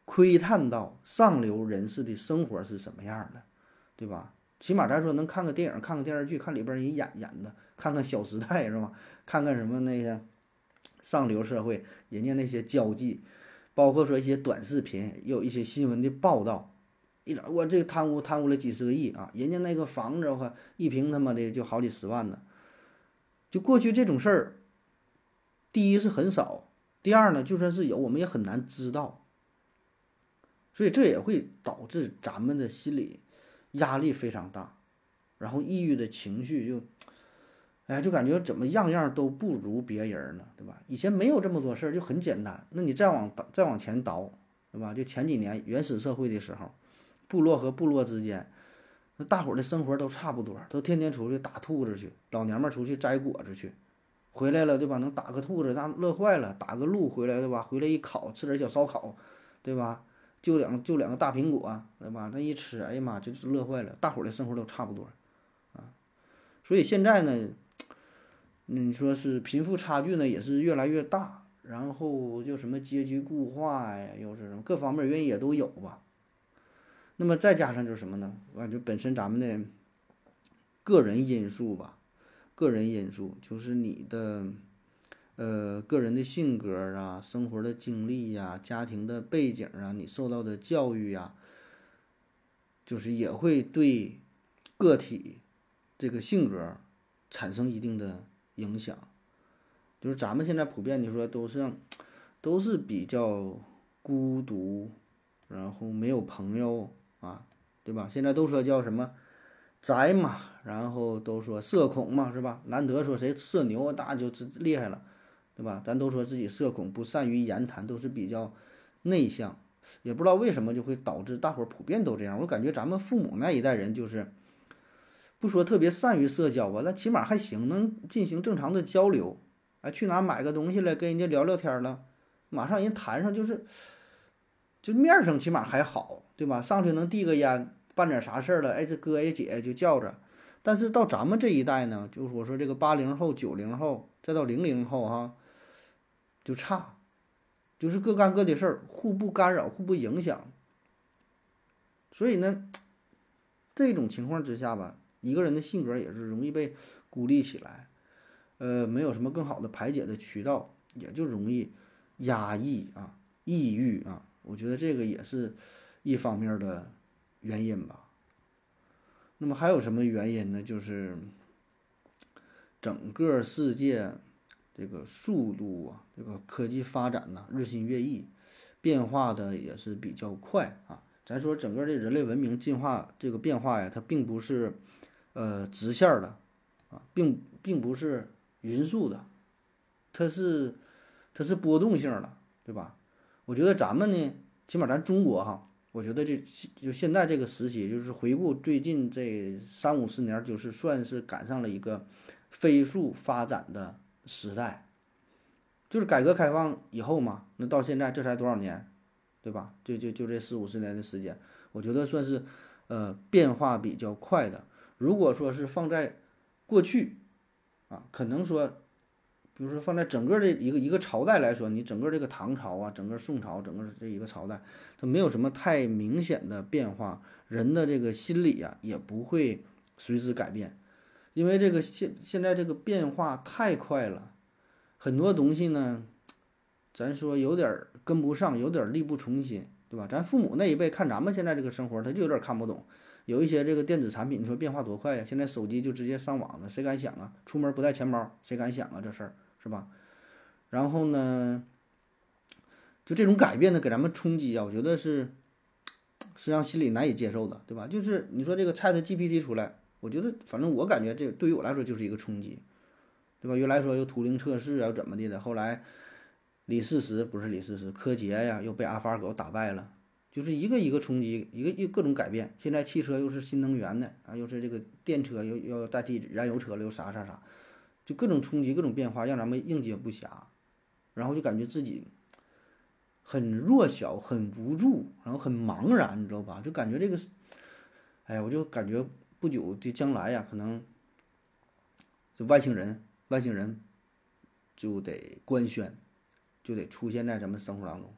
窥探到上流人士的生活是什么样的，对吧？起码咱说能看个电影，看个电视剧，看里边人演演的，看看《小时代》是吧？看看什么那个上流社会人家那些交际，包括说一些短视频，也有一些新闻的报道，一整我这个贪污贪污了几十个亿啊，人家那个房子话一平他妈的就好几十万呢。就过去这种事儿，第一是很少，第二呢就算是有，我们也很难知道，所以这也会导致咱们的心理压力非常大，然后抑郁的情绪就，哎，就感觉怎么样样都不如别人呢，对吧？以前没有这么多事儿，就很简单。那你再往再往前倒，对吧？就前几年原始社会的时候，部落和部落之间，那大伙儿的生活都差不多，都天天出去打兔子去，老娘们儿出去摘果子去，回来了，对吧？能打个兔子，那乐坏了；打个鹿回来，对吧？回来一烤，吃点小烧烤，对吧？就两就两个大苹果，对吧？那一吃，哎呀妈，就是乐坏了。大伙儿的生活都差不多啊，所以现在呢，你说是贫富差距呢，也是越来越大，然后又什么阶级固化呀，又是什么各方面原因也都有吧。那么再加上就是什么呢？我感觉本身咱们的个人因素吧，个人因素就是你的呃个人的性格啊、生活的经历呀、家庭的背景啊、你受到的教育呀，就是也会对个体这个性格产生一定的影响。就是咱们现在普遍你说都是都是比较孤独，然后没有朋友啊，对吧？现在都说叫什么宅嘛，然后都说社恐嘛，是吧？难得说谁社牛，那就厉害了，对吧？咱都说自己社恐，不善于言谈，都是比较内向，也不知道为什么就会导致大伙儿普遍都这样。我感觉咱们父母那一代人就是不说特别善于社交吧，那起码还行，能进行正常的交流。哎，去哪买个东西来跟人家聊聊天了，马上人谈上，就是就面上起码还好，对吧？上去能递个烟，办点啥事儿了，哎，这哥呀姐就叫着。但是到咱们这一代呢，就是我说这个八零后、九零后，再到零零后哈，就差，就是各干各的事儿，互不干扰，互不影响。所以呢，这种情况之下吧，一个人的性格也是容易被孤立起来，呃，没有什么更好的排解的渠道，也就容易压抑啊、抑郁啊。我觉得这个也是一方面的原因吧。那么还有什么原因呢？就是整个世界这个速度啊，这个科技发展呐、日新月异，变化的也是比较快啊。咱说整个这人类文明进化这个变化呀，它并不是呃直线的啊，并并不是匀速的，它是它是波动性的，对吧？我觉得咱们呢，起码咱中国哈，我觉得这就现在这个时期，就是回顾最近这三五十年，就是算是赶上了一个飞速发展的时代。就是改革开放以后嘛，那到现在这才多少年，对吧？就就就这四五十年的时间，我觉得算是呃变化比较快的。如果说是放在过去啊，可能说，比如说放在整个这一个一个朝代来说，你整个这个唐朝啊，整个宋朝，整个这一个朝代，它没有什么太明显的变化，人的这个心理啊也不会随之改变，因为这个现现在这个变化太快了，很多东西呢，咱说有点儿跟不上，有点儿力不从心，对吧？咱父母那一辈看咱们现在这个生活，他就有点儿看不懂。有一些这个电子产品，你说变化多快呀？现在手机就直接上网了，谁敢想啊？出门不带钱包，谁敢想啊？这事儿是吧？然后呢，就这种改变呢，给咱们冲击啊，我觉得是是让心里难以接受的，对吧？就是你说这个 Chat G P T 出来，我觉得反正我感觉这对于我来说就是一个冲击，对吧？原来说有图灵测试啊，怎么的的，后来李世石不是李世石，柯洁呀又被阿法狗打败了，就是一个一个冲击，一个一各种改变。现在汽车又是新能源的啊，又是这个电车又要代替燃油车了，又啥啥啥，就各种冲击，各种变化，让咱们应接不暇，然后就感觉自己很弱小、很无助，然后很茫然，你知道吧？就感觉这个，哎呀，我就感觉不久的将来呀，可能就外星人，外星人就得官宣，就得出现在咱们生活当中。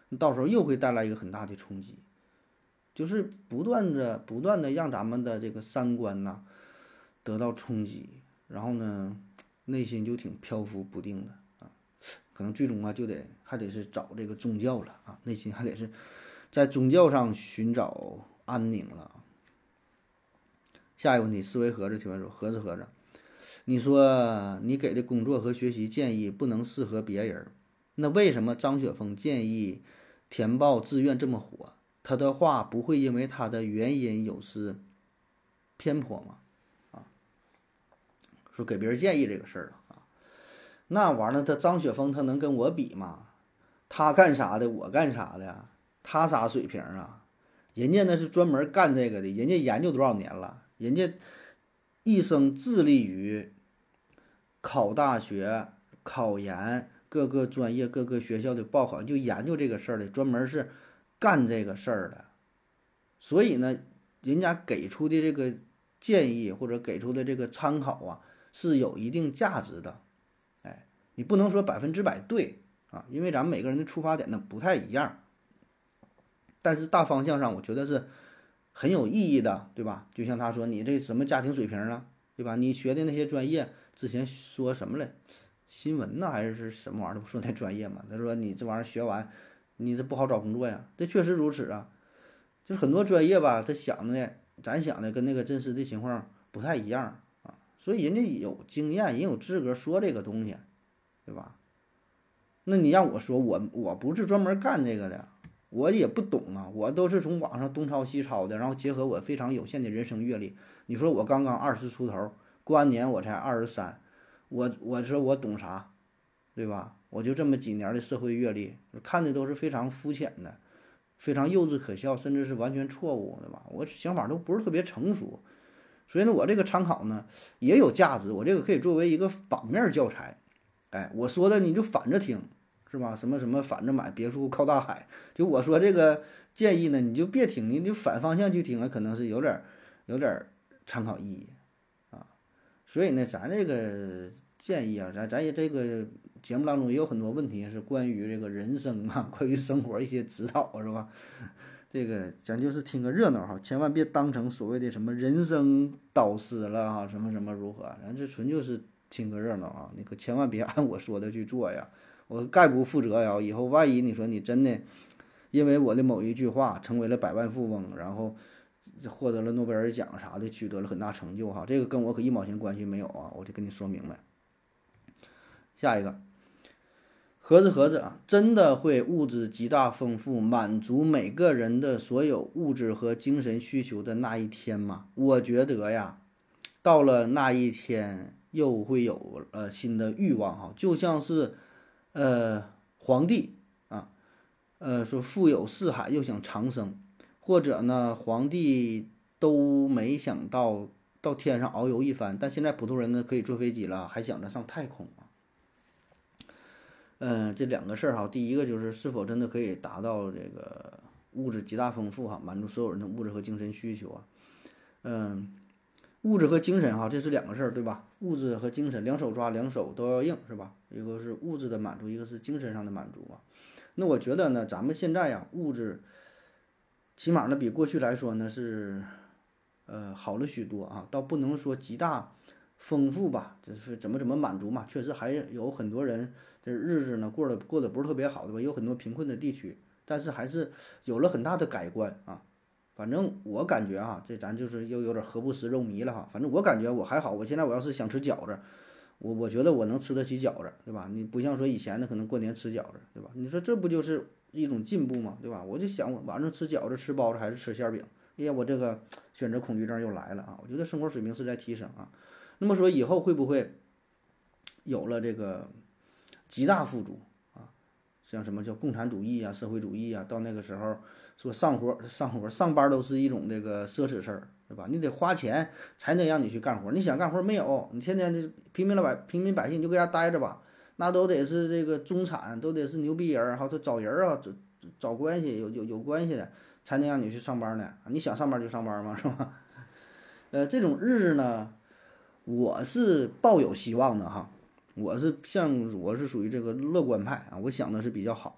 到时候又会带来一个很大的冲击，就是不断的不断的让咱们的这个三观呐得到冲击，然后呢，内心就挺漂浮不定的啊，可能最终啊就得还得是找这个宗教了啊，内心还得是在宗教上寻找安宁了。下一个问题，思维盒子提问说，盒子盒子，你说你给的工作和学习建议不能适合别人，那为什么张雪峰建议填报志愿这么火？他的话不会因为他的原因有失偏颇吗？啊，说给别人建议这个事儿啊，那玩意儿他张雪峰他能跟我比吗？他干啥的，我干啥的呀？他啥水平啊？人家那是专门干这个的，人家研究多少年了，人家一生致力于考大学、考研，各个专业、各个学校的报考，就研究这个事儿的，专门是干这个事儿的。所以呢，人家给出的这个建议或者给出的这个参考啊，是有一定价值的。哎，你不能说百分之百对啊，因为咱们每个人的出发点呢不太一样。但是大方向上，我觉得是很有意义的，对吧？就像他说，你这什么家庭水平啊，对吧？你学的那些专业，之前说什么嘞？新闻呢，还是什么玩意儿？不说那专业嘛？他说你这玩意儿学完，你这不好找工作呀。这确实如此啊，就是很多专业吧，他想的，咱想的跟那个真实的情况不太一样啊。所以人家有经验，人有资格说这个东西，对吧？那你让我说，我我不是专门干这个的。我也不懂啊，我都是从网上东抄西抄的，然后结合我非常有限的人生阅历。你说我刚刚二十出头，过完年我才二十三，我我说我懂啥，对吧？我就这么几年的社会阅历，看的都是非常肤浅的，非常幼稚可笑，甚至是完全错误，对吧？我想法都不是特别成熟，所以呢，我这个参考呢也有价值，我这个可以作为一个反面教材。哎，我说的你就反着听。是吧？什么什么反着买别墅靠大海，就我说这个建议呢，你就别听，你就反方向去听啊，可能是有点有点参考意义啊。所以呢，咱这个建议啊，咱咱也这个节目当中也有很多问题是关于这个人生啊，关于生活一些指导，是吧？这个咱就是听个热闹哈，千万别当成所谓的什么人生导师了哈，什么什么如何，咱这纯就是听个热闹啊，你可千万别按我说的去做呀。我概不负责呀！以后万一你说你真的因为我的某一句话成为了百万富翁，然后获得了诺贝尔奖啥的，取得了很大成就哈，这个跟我可一毛钱关系没有啊！我就跟你说明白。下一个，盒子盒子啊，真的会物质极大丰富，满足每个人的所有物质和精神需求的那一天吗？我觉得呀，到了那一天又会有呃新的欲望哈，就像是。呃，皇帝啊，呃，说富有四海又想长生，或者呢，皇帝都没想到到天上遨游一番，但现在普通人呢可以坐飞机了，还想着上太空啊。嗯、呃，这两个事儿哈，第一个就是是否真的可以达到这个物质极大丰富哈，满足所有人的物质和精神需求啊。嗯、物质和精神哈，这是两个事儿，对吧？物质和精神两手抓，两手都要硬，是吧？一个是物质的满足，一个是精神上的满足啊。那我觉得呢，咱们现在呀，物质起码呢比过去来说呢是呃好了许多啊，倒不能说极大丰富吧，就是怎么怎么满足嘛。确实还有很多人这日子呢过得过得不是特别好，对吧？有很多贫困的地区，但是还是有了很大的改观啊。反正我感觉啊，这咱就是又有点何不食肉糜了哈。反正我感觉我还好，我现在我要是想吃饺子，我我觉得我能吃得起饺子，对吧？你不像说以前的可能过年吃饺子，对吧？你说这不就是一种进步吗？对吧？我就想我晚上吃饺子、吃包子还是吃馅饼？哎呀，我这个选择恐惧症又来了啊！我觉得生活水平是在提升啊。那么说以后会不会有了这个极大富足啊？像什么叫共产主义啊、社会主义啊？到那个时候。说上活上活上班都是一种这个奢侈事儿，对吧？你得花钱才能让你去干活，你想干活没有？你天天这平民老百平民百姓你就搁家待着吧，那都得是这个中产，都得是牛逼人儿，好，他找人啊，找找关系，有有有关系的才能让你去上班呢。你想上班就上班嘛，是吧？呃，这种日子呢，我是抱有希望的哈，我是像我是属于这个乐观派啊，我想的是比较好的啊。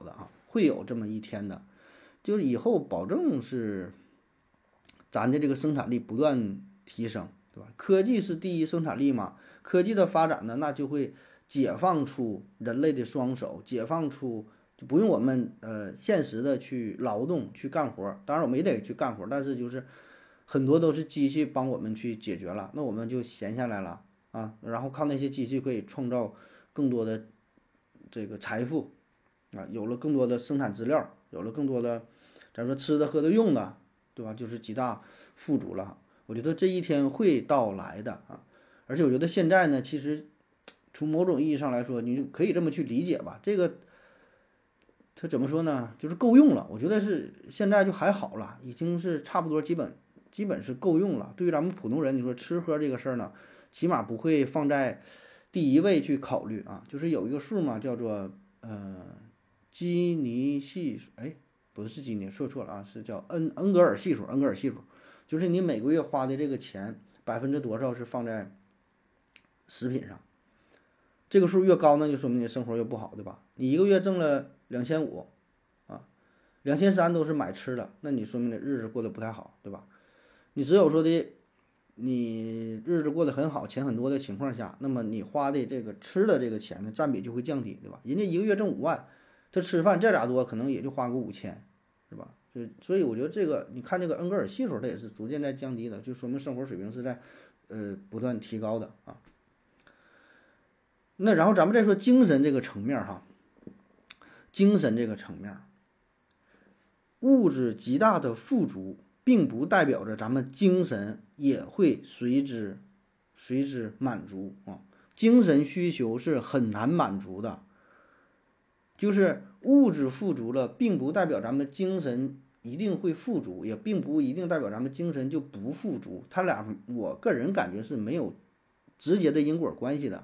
会有这么一天的，就是以后保证是咱的这个生产力不断提升，对吧？科技是第一生产力嘛，科技的发展呢，那就会解放出人类的双手，解放出就不用我们呃现实的去劳动去干活儿，当然我们也得去干活儿，但是就是很多都是机器帮我们去解决了，那我们就闲下来了啊，然后靠那些机器可以创造更多的这个财富啊，有了更多的生产资料，有了更多的咱说吃的喝的用的，对吧？就是极大富足了。我觉得这一天会到来的啊，而且我觉得现在呢，其实从某种意义上来说，你就可以这么去理解吧。这个它怎么说呢？就是够用了。我觉得是现在就还好了，已经是差不多基本基本是够用了。对于咱们普通人，你说吃喝这个事儿呢，起码不会放在第一位去考虑啊。就是有一个数嘛，叫做呃基尼系数，哎，不是基尼，说错了啊，是叫恩恩格尔系数，恩格尔系数，就是你每个月花的这个钱百分之多少是放在食品上。这个数越高呢，就说明你生活越不好，对吧？你一个月挣了两千五，啊，两千三都是买吃的，那你说明你日子过得不太好，对吧？你只有说的你日子过得很好，钱很多的情况下，那么你花的这个吃的这个钱呢，占比就会降低，对吧？人家一个月挣五万，他吃饭再咋多，可能也就花个五千，是吧？就所以我觉得这个，你看这个恩格尔系数，它也是逐渐在降低的，就说明生活水平是在呃不断提高的啊。那然后咱们再说精神这个层面哈，精神这个层面，物质极大的富足，并不代表着咱们精神也会随之随之满足啊。精神需求是很难满足的，就是物质富足了，并不代表咱们精神一定会富足，也并不一定代表咱们精神就不富足。他俩我个人感觉是没有直接的因果关系的。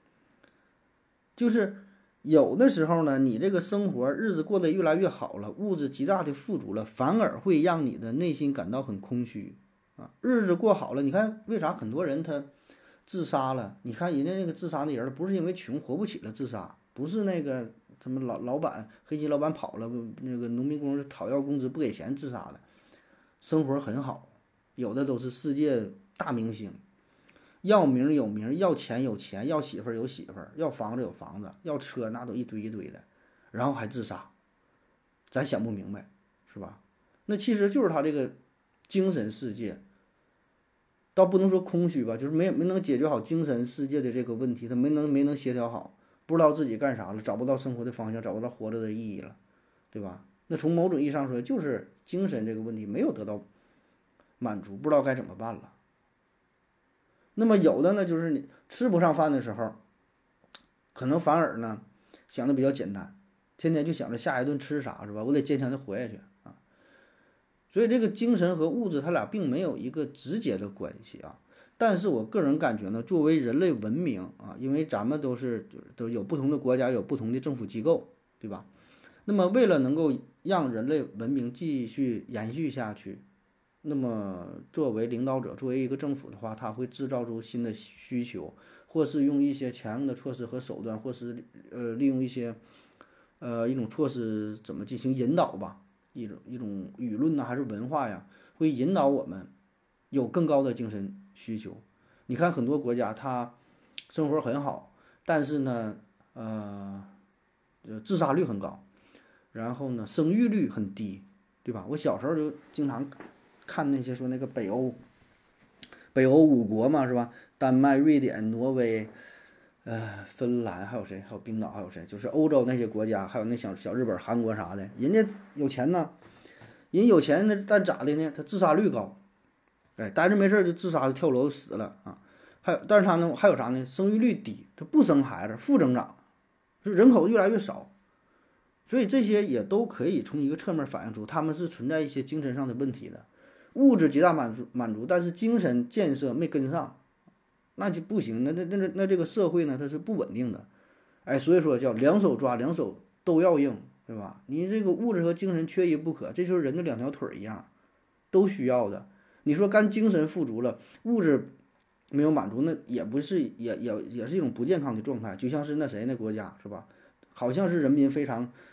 就是有的时候呢，你这个生活日子过得越来越好了，物质极大的富足了，反而会让你的内心感到很空虚啊。日子过好了，你看为啥很多人他自杀了？你看人家那个自杀的人，不是因为穷活不起了自杀，不是那个什么老老板黑心老板跑了，那个农民工讨要工资不给钱自杀的，生活很好，有的都是世界大明星。要名有名，要钱有钱，要媳妇儿有媳妇儿，要房子有房子，要车那都一堆一堆的，然后还自杀，咱想不明白，是吧？那其实就是他这个精神世界，倒不能说空虚吧，就是没没能解决好精神世界的这个问题，他没能没能协调好，不知道自己干啥了，找不到生活的方向，找不到活着的意义了，对吧？那从某种意义上说，就是精神这个问题没有得到满足，不知道该怎么办了。那么有的呢，就是你吃不上饭的时候，可能反而呢想的比较简单，天天就想着下一顿吃啥，是吧？我得坚强的活下去啊。所以这个精神和物质它俩并没有一个直接的关系啊。但是我个人感觉呢，作为人类文明啊，因为咱们都是都有不同的国家，有不同的政府机构，对吧？那么为了能够让人类文明继续延续下去，那么作为领导者，作为一个政府的话，他会制造出新的需求，或是用一些强硬的措施和手段，或是呃利用一些呃一种措施怎么进行引导吧，一种一种舆论呐、还是文化呀，会引导我们有更高的精神需求。你看很多国家，它生活很好，但是呢，呃，自杀率很高，然后呢，生育率很低，对吧？我小时候就经常看那些说那个北欧，北欧五国嘛，是吧？丹麦、瑞典、挪威，呃，芬兰，还有谁？还有冰岛，还有谁？就是欧洲那些国家，还有那小小日本、韩国啥的，人家有钱呢，人有钱呢，但咋的呢？他自杀率高，哎，待着没事就自杀就跳楼死了啊。还有，但是他呢，还有啥呢？生育率低，他不生孩子，负增长，就人口越来越少。所以这些也都可以从一个侧面反映出他们是存在一些精神上的问题的。物质极大满足满足，但是精神建设没跟上，那就不行。那那那那这个社会呢，它是不稳定的。哎，所以说叫两手抓，两手都要硬，对吧？你这个物质和精神缺一不可，这就是人的两条腿一样，都需要的。你说干精神富足了，物质没有满足，那也不是也也也是一种不健康的状态。就像是那谁那国家是吧？好像是人民非常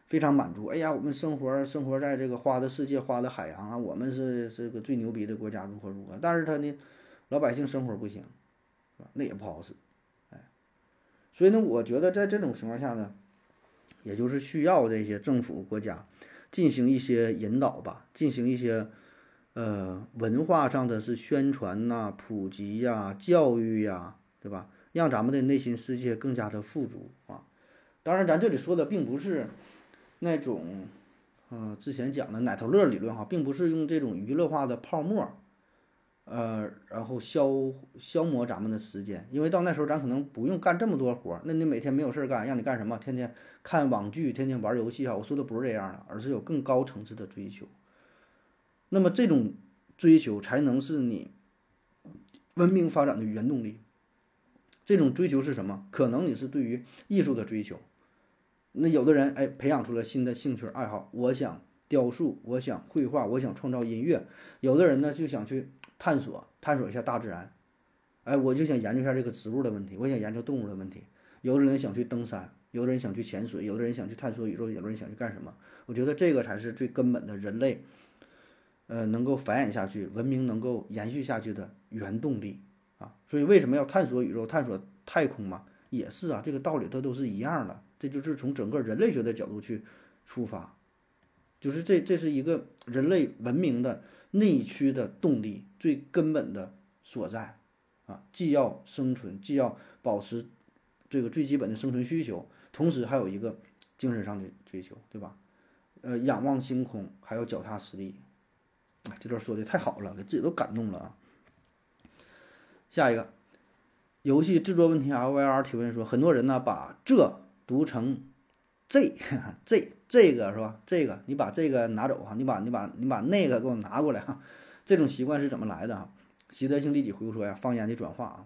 非常满足。哎呀，我们生活生活在这个花的世界，花的海洋啊，我们是这个最牛逼的国家，如何如何。但是他呢，老百姓生活不行，是吧？那也不好使。哎，所以呢，我觉得在这种情况下呢，也就是需要这些政府国家进行一些引导吧，进行一些呃文化上的是宣传呐、普及呀、教育呀，对吧？让咱们的内心世界更加的富足啊。当然，咱这里说的并不是那种，呃，之前讲的奶头乐理论哈，并不是用这种娱乐化的泡沫，呃，然后消消磨咱们的时间，因为到那时候咱可能不用干这么多活儿，那你每天没有事儿干，让你干什么？天天看网剧，天天玩游戏哈。我说的不是这样的，而是有更高层次的追求。那么这种追求才能是你文明发展的原动力。这种追求是什么？可能你是对于艺术的追求。那有的人哎，培养出了新的兴趣爱好，我想雕塑，我想绘画，我想创造音乐。有的人呢就想去探索探索一下大自然，哎，我就想研究一下这个植物的问题，我想研究动物的问题。有的人想去登山，有的人想去潜水，有的人想去探索宇宙，有的人想去干什么？我觉得这个才是最根本的人类，呃，能够繁衍下去，文明能够延续下去的原动力啊。所以为什么要探索宇宙、探索太空嘛？也是啊，这个道理它都是一样的。这就是从整个人类学的角度去出发，就是这这是一个人类文明的内驱的动力，最根本的所在啊！既要生存，既要保持这个最基本的生存需求，同时还有一个精神上的追求，对吧？呃，仰望星空，还有脚踏实地。哎，这段说的太好了，给自己都感动了啊！下一个，游戏制作问题 L V R 提问说，很多人呢把这读成这这这个是吧？这个你把这个拿走哈，你把你把你把那个给我拿过来哈。这种习惯是怎么来的哈？习得性立即回复说呀，方言的转化啊。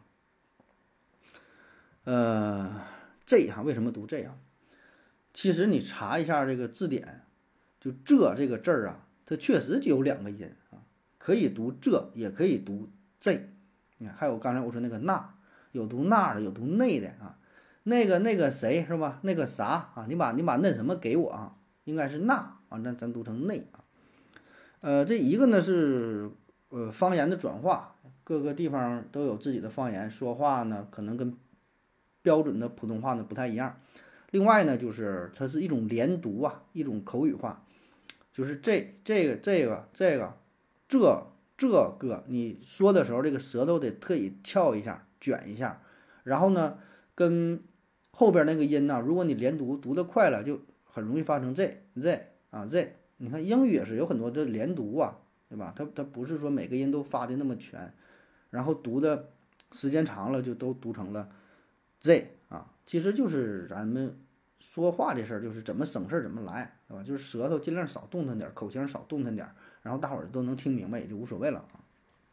呃，这哈为什么读这样？其实你查一下这个字典，就这这个字儿啊，它确实就有两个音啊，可以读这，也可以读这。你看，还有刚才我说那个那，有读那的，有读那的啊。那个那个谁是吧？那个啥啊？你把你把那什么给我啊？应该是那啊，咱咱读成那啊。呃，这一个呢是呃方言的转化，各个地方都有自己的方言，说话呢可能跟标准的普通话呢不太一样。另外呢，就是它是一种连读啊，一种口语化，就是这这个这个这个这这个你说的时候，这个舌头得特意翘一下，卷一下，然后呢跟后边那个音呢，如果你连读读得快了，就很容易发成 z z 啊 z。你看英语也是有很多的连读啊，对吧？它它不是说每个音都发的那么全，然后读的时间长了就都读成了 z 啊。其实就是咱们说话这事儿，就是怎么省事儿怎么来，对吧？就是舌头尽量少动弹点，口型少动弹点，然后大伙儿都能听明白，也就无所谓了啊。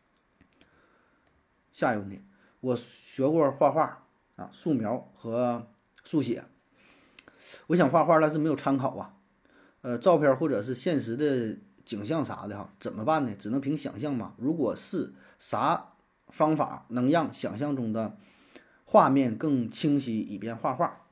下一个问题，我学过画画。啊，素描和速写，我想画画，但是没有参考啊，呃，照片或者是现实的景象啥的哈，怎么办呢？只能凭想象嘛。如果是啥方法能让想象中的画面更清晰，以便画画？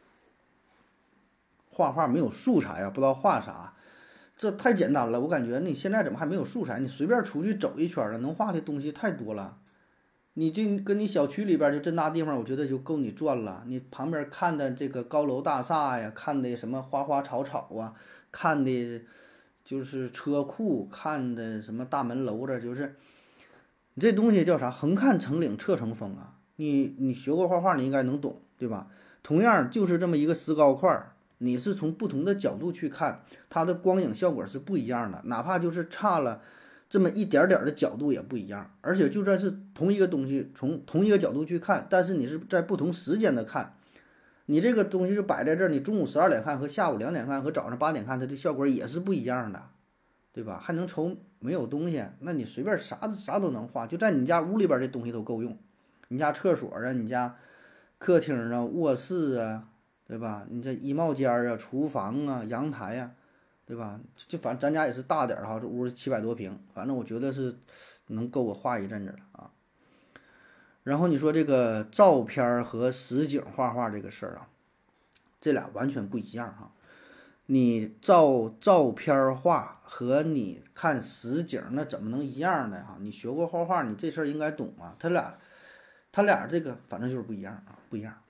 画画没有素材啊，不知道画啥，这太简单了。我感觉你现在怎么还没有素材？你随便出去走一圈了，能画的东西太多了。你这跟你小区里边就这大地方，我觉得就够你转了。你旁边看的这个高楼大厦呀，看的什么花花草草啊，看的就是车库，看的什么大门楼子，就是你这东西叫啥？横看成岭侧成峰啊！你你学过画画，你应该能懂，对吧？同样就是这么一个石膏块，你是从不同的角度去看，它的光影效果是不一样的，哪怕就是差了这么一点点的角度也不一样，而且就算是同一个东西，从同一个角度去看，但是你是在不同时间的看，你这个东西就摆在这儿，你中午十二点看和下午两点看和早上八点看，它的效果也是不一样的，对吧？还能瞅没有东西，那你随便啥啥都能画，就在你家屋里边这东西都够用，你家厕所啊，你家客厅啊，卧室啊，对吧？你这衣帽间啊，厨房啊，阳台呀、啊。对吧？就反正咱家也是大点儿哈，这屋七百多平，反正我觉得是能够我画一阵子了啊。然后你说这个照片和实景画画这个事儿啊，这俩完全不一样哈。 你照照片画和你看实景那怎么能一样呢？哈，你学过画画，你这事儿应该懂啊。他俩他俩这个反正就是不一样啊，不一样。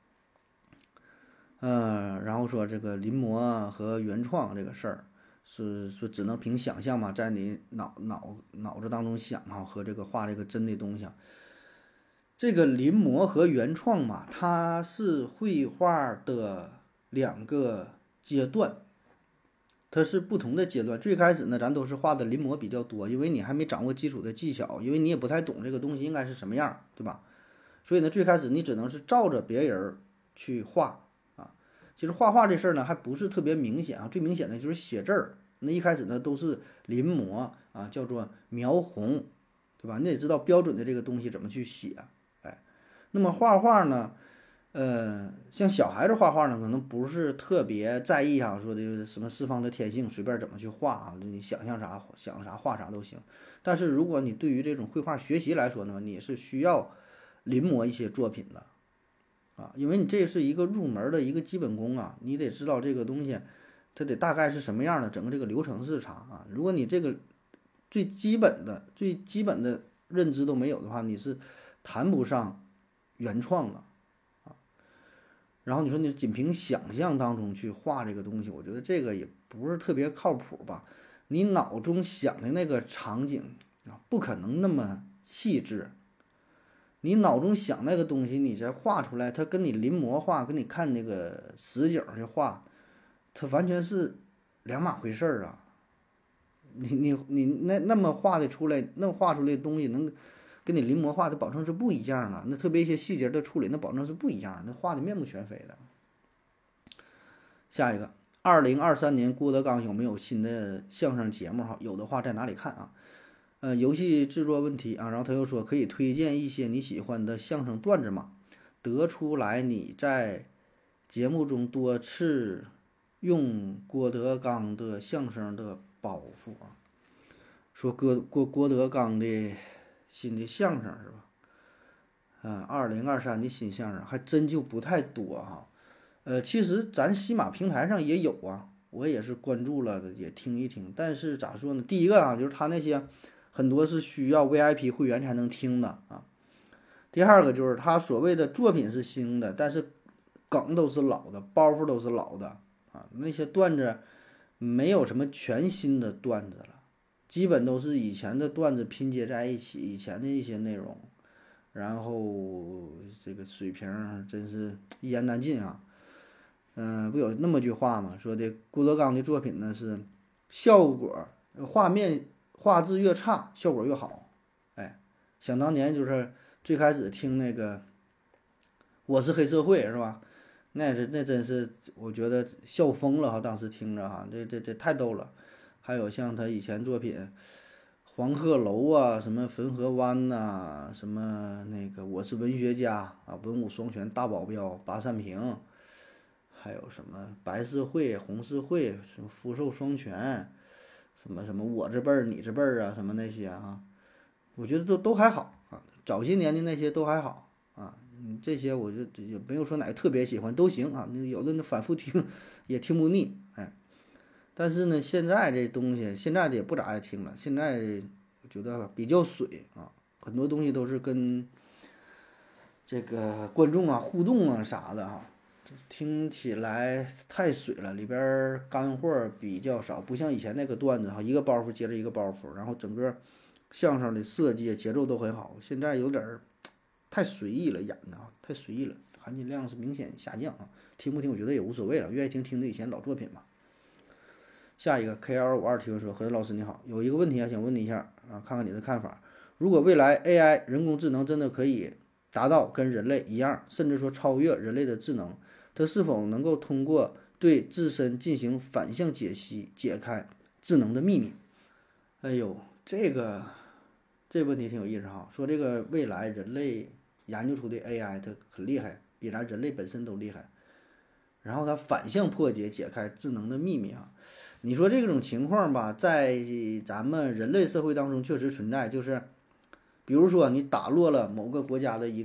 嗯、呃，然后说这个临摹和原创这个事儿，是说只能凭想象嘛，在你脑脑脑子当中想哈，和这个画这个真的东西啊，这个临摹和原创嘛，它是绘画的两个阶段，它是不同的阶段。最开始呢，咱都是画的临摹比较多，因为你还没掌握基础的技巧，因为你也不太懂这个东西应该是什么样，对吧？所以呢，最开始你只能是照着别人去画啊。其实画画这事儿呢，还不是特别明显啊，最明显的就是写字儿。那一开始呢，都是临摹啊，叫做描红，对吧？你得知道标准的这个东西怎么去写。哎，那么画画呢，呃，像小孩子画画呢，可能不是特别在意啊，说的什么四方的天性，随便怎么去画啊，你想象啥想啥画啥都行。但是如果你对于这种绘画学习来说呢，你是需要临摹一些作品的啊，因为你这是一个入门的一个基本功啊，你得知道这个东西它得大概是什么样的，整个这个流程是啥啊。如果你这个最基本的最基本的认知都没有的话，你是谈不上原创的。然后你说你仅凭想象当中去画这个东西，我觉得这个也不是特别靠谱吧。你脑中想的那个场景啊，不可能那么细致。你脑中想那个东西，你再画出来，它跟你临摹画，跟你看那个实景去画，它完全是两码回事儿啊。你你你那那么画的出来，那画出来的东西能跟你临摹画的保证是不一样的，那特别一些细节的处理，那保证是不一样，那画的面目全非的。下一个，二零二三年郭德纲有没有新的相声节目？哈，有的话在哪里看啊？呃，游戏制作问题啊，然后他又说可以推荐一些你喜欢的相声段子吗？得出来你在节目中多次用郭德纲的相声的包袱啊，说郭郭郭德纲的新的相声是吧？嗯，二零二三的新相声还真就不太多哈。呃，其实咱西马平台上也有啊，我也是关注了的，也听一听。但是咋说呢？第一个啊，就是他那些很多是需要 V I P 会员才能听的啊。第二个就是他所谓的作品是新的，但是梗都是老的，包袱都是老的啊。那些段子没有什么全新的段子了，基本都是以前的段子拼接在一起，以前的一些内容。然后这个水平真是一言难尽啊。嗯、呃，不有那么句话吗？说的郭德纲的作品呢是效果画面画质越差，效果越好。哎，想当年就是最开始听那个《我是黑社会》是吧？那是那真是我觉得笑疯了哈，当时听着哈，这这这太逗了。还有像他以前作品黄鹤楼啊，什么汾河湾呐、什么那个我是文学家啊，文武双全大保镖八扇屏，还有什么白社会、红社会，什么福寿双全，什么什么我这辈儿你这辈儿啊，什么那些啊，我觉得都都还好啊，早些年的那些都还好啊，嗯，这些我就也没有说哪个特别喜欢，都行啊，那有的那反复听也听不腻，哎。但是呢，现在这东西，现在的也不咋爱听了。现在我觉得比较水啊，很多东西都是跟这个观众啊互动啊啥的哈、听起来太水了，里边儿干货比较少，不像以前那个段子哈，一个包袱接着一个包袱，然后整个相声的设计节奏都很好。现在有点儿太随意了，演的啊，太随意了，含金量是明显下降啊。听不听我觉得也无所谓了，愿意听听着以前老作品嘛。下一个 K L 五二提问说：何老师你好，有一个问题啊，想问你一下啊，看看你的看法。如果未来 A I 人工智能真的可以达到跟人类一样，甚至说超越人类的智能，它是否能够通过对自身进行反向解析，解开智能的秘密？哎呦，这个这问题挺有意思哈。说这个未来人类研究出的 A I 它很厉害，比咱人类本身都厉害，然后它反向破解解开智能的秘密啊。你说这种情况吧，在咱们人类社会当中确实存在，就是比如说你打落了某个国家的一个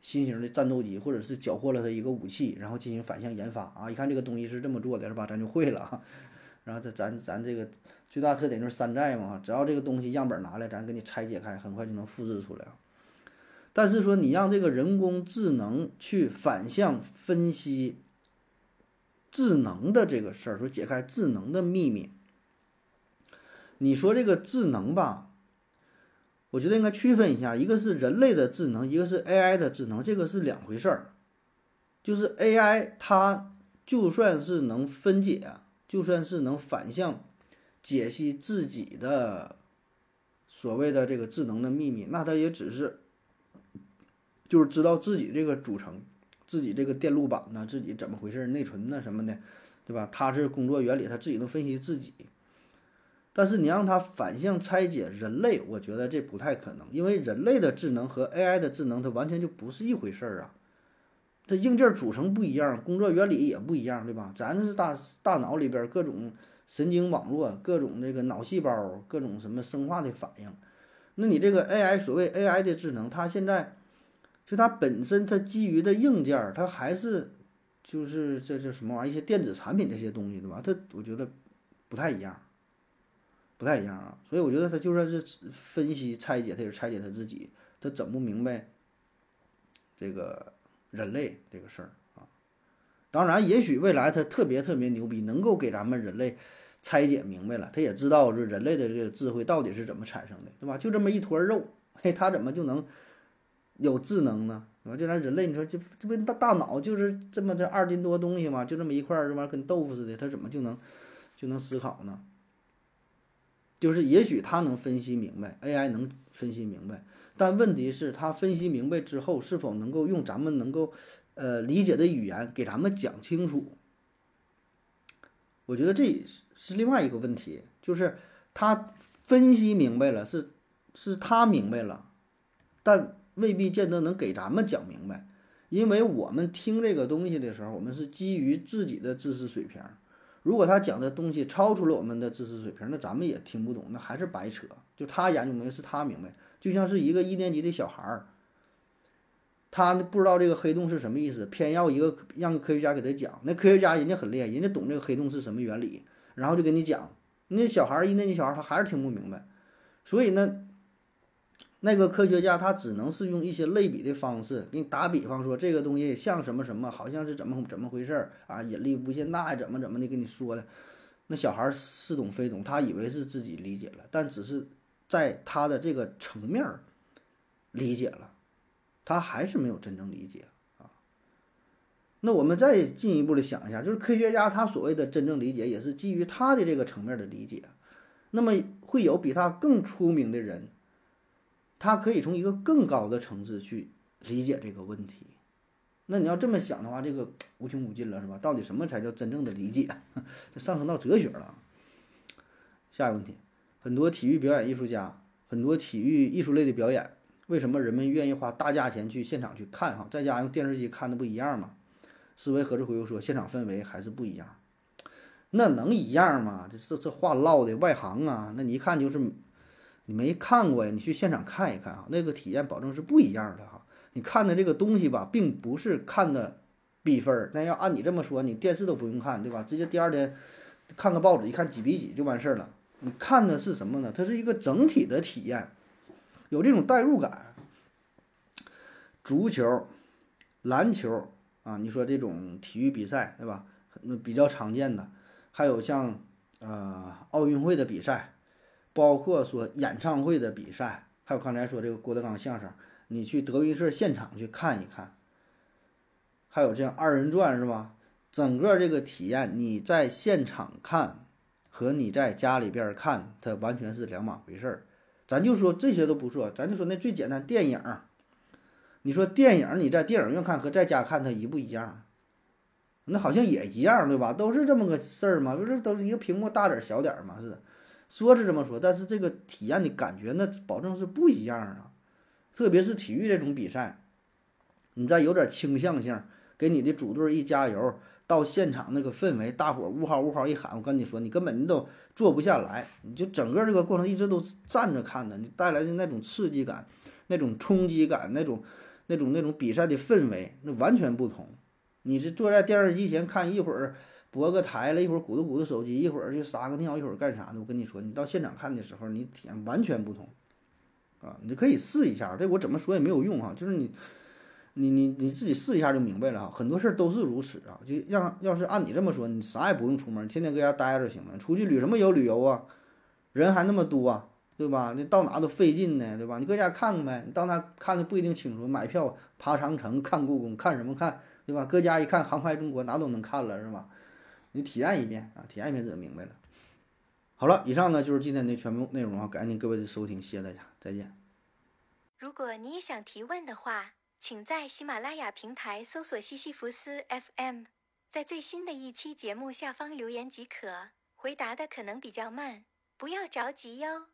新型的战斗机，或者是缴获了它一个武器，然后进行反向研发啊，一看这个东西是这么做的，是吧？咱就会了。然后这咱咱这个最大特点就是山寨嘛，只要这个东西样本拿来，咱给你拆解开，很快就能复制出来。但是说你让这个人工智能去反向分析智能的这个事儿，说解开智能的秘密，你说这个智能吧，我觉得应该区分一下，一个是人类的智能，一个是 A I 的智能，这个是两回事儿。就是 A I 它就算是能分解，就算是能反向解析自己的所谓的这个智能的秘密，那它也只是就是知道自己这个组成，自己这个电路板呢，自己怎么回事，内存呢什么的，对吧？它是工作原理，它自己能分析自己。但是你让它反向拆解人类，我觉得这不太可能，因为人类的智能和 A I 的智能它完全就不是一回事儿啊。它硬件组成不一样，工作原理也不一样，对吧？咱是大大脑里边各种神经网络，各种这个脑细胞，各种什么生化的反应。那你这个 A I 所谓 A I 的智能，它现在就它本身它基于的硬件，它还是就是这这什么玩意儿，一些电子产品这些东西，对吧？它我觉得不太一样。不太一样啊，所以我觉得他就算是分析拆解，他也是拆解他自己，他整不明白这个人类这个事儿啊。当然，也许未来他特别特别牛逼，能够给咱们人类拆解明白了，他也知道是人类的这个智慧到底是怎么产生的，对吧？就这么一坨肉，嘿，他怎么就能有智能呢？对吧？就咱人类，你说这这不大大脑就是这么这二斤多东西嘛，就这么一块儿，这玩意儿跟豆腐似的，他怎么就能就能思考呢？就是也许他能分析明白 ，A I 能分析明白，但问题是，他分析明白之后，是否能够用咱们能够呃理解的语言给咱们讲清楚？我觉得这是是另外一个问题，就是他分析明白了，是是他明白了，但未必见得能给咱们讲明白，因为我们听这个东西的时候，我们是基于自己的知识水平。如果他讲的东西超出了我们的知识水平，那咱们也听不懂，那还是白扯。就他研究明白是他明白，就像是一个一年级的小孩儿，他不知道这个黑洞是什么意思，偏要一个让个科学家给他讲。那科学家人家很厉害，人家懂这个黑洞是什么原理，然后就给你讲。那小孩儿一年级小孩儿他还是听不明白，所以呢，那个科学家他只能是用一些类比的方式给你打比方说这个东西像什么什么，好像是怎么怎么回事儿啊，引力无限大呀，怎么怎么的跟你说的。那小孩似懂非懂，他以为是自己理解了，但只是在他的这个层面理解了，他还是没有真正理解啊。那我们再进一步的想一下，就是科学家他所谓的真正理解，也是基于他的这个层面的理解。那么会有比他更出名的人，他可以从一个更高的层次去理解这个问题。那你要这么想的话，这个无穷无尽了，是吧？到底什么才叫真正的理解？这上升到哲学了。下一个问题，很多体育表演艺术家，很多体育艺术类的表演，为什么人们愿意花大价钱去现场去看？哈，在家用电视机看的不一样吗？思维何志回又说，现场氛围还是不一样。那能一样吗？这这这话唠的外行啊，那你一看就是你没看过呀，你去现场看一看啊，那个体验保证是不一样的哈。你看的这个东西吧，并不是看的比分儿，那要按你这么说，你电视都不用看，对吧？直接第二天看个报纸，一看几比几就完事儿了。你看的是什么呢？它是一个整体的体验，有这种代入感。足球、篮球啊，你说这种体育比赛，对吧？比较常见的，还有像呃奥运会的比赛，包括说演唱会的比赛，还有刚才说这个郭德纲相声。你去德云社现场去看一看，还有这样二人转是吧？整个这个体验，你在现场看和你在家里边看，它完全是两码回事儿。咱就说这些都不说，咱就说那最简单电影，你说电影你在电影院看和在家看它一不一样？那好像也一样，对吧？都是这么个事儿嘛，不是都是一个屏幕大点小点嘛，是说是这么说，但是这个体验的感觉那保证是不一样啊。特别是体育这种比赛，你再有点倾向性，给你的主队一加油，到现场那个氛围，大伙呜嚎呜嚎一喊，我跟你说，你根本你都坐不下来，你就整个这个过程一直都站着看的，你带来的那种刺激感、那种冲击感、那种那种那种比赛的氛围，那完全不同。你是坐在电视机前看，一会儿播个台了，一会儿鼓捣鼓捣手机，一会儿就撒个尿，一会儿干啥的。我跟你说，你到现场看的时候，你体验完全不同啊！你就可以试一下，这我怎么说也没有用哈，就是你你你你自己试一下就明白了哈。很多事儿都是如此啊，就让要是按你这么说，你啥也不用出门，天天搁家待着行了。出去旅什么游旅游啊？人还那么多啊，对吧？你到哪都费劲呢，对吧？你搁家看看呗，你到那看的不一定清楚，买票爬长城、看故宫、看什么看，对吧？搁家一看《航拍中国》，哪都能看了，是吧？你体验一遍啊，体验一遍就明白了。好了，以上呢就是今天的全部内容啊，感谢各位的收听，谢谢大家，再见。 如果你也想提问的话，请在喜马拉雅平台搜索西西弗斯 F M， 在最新的一期节目下方留言即可，回答的可能比较慢，不要着急哟。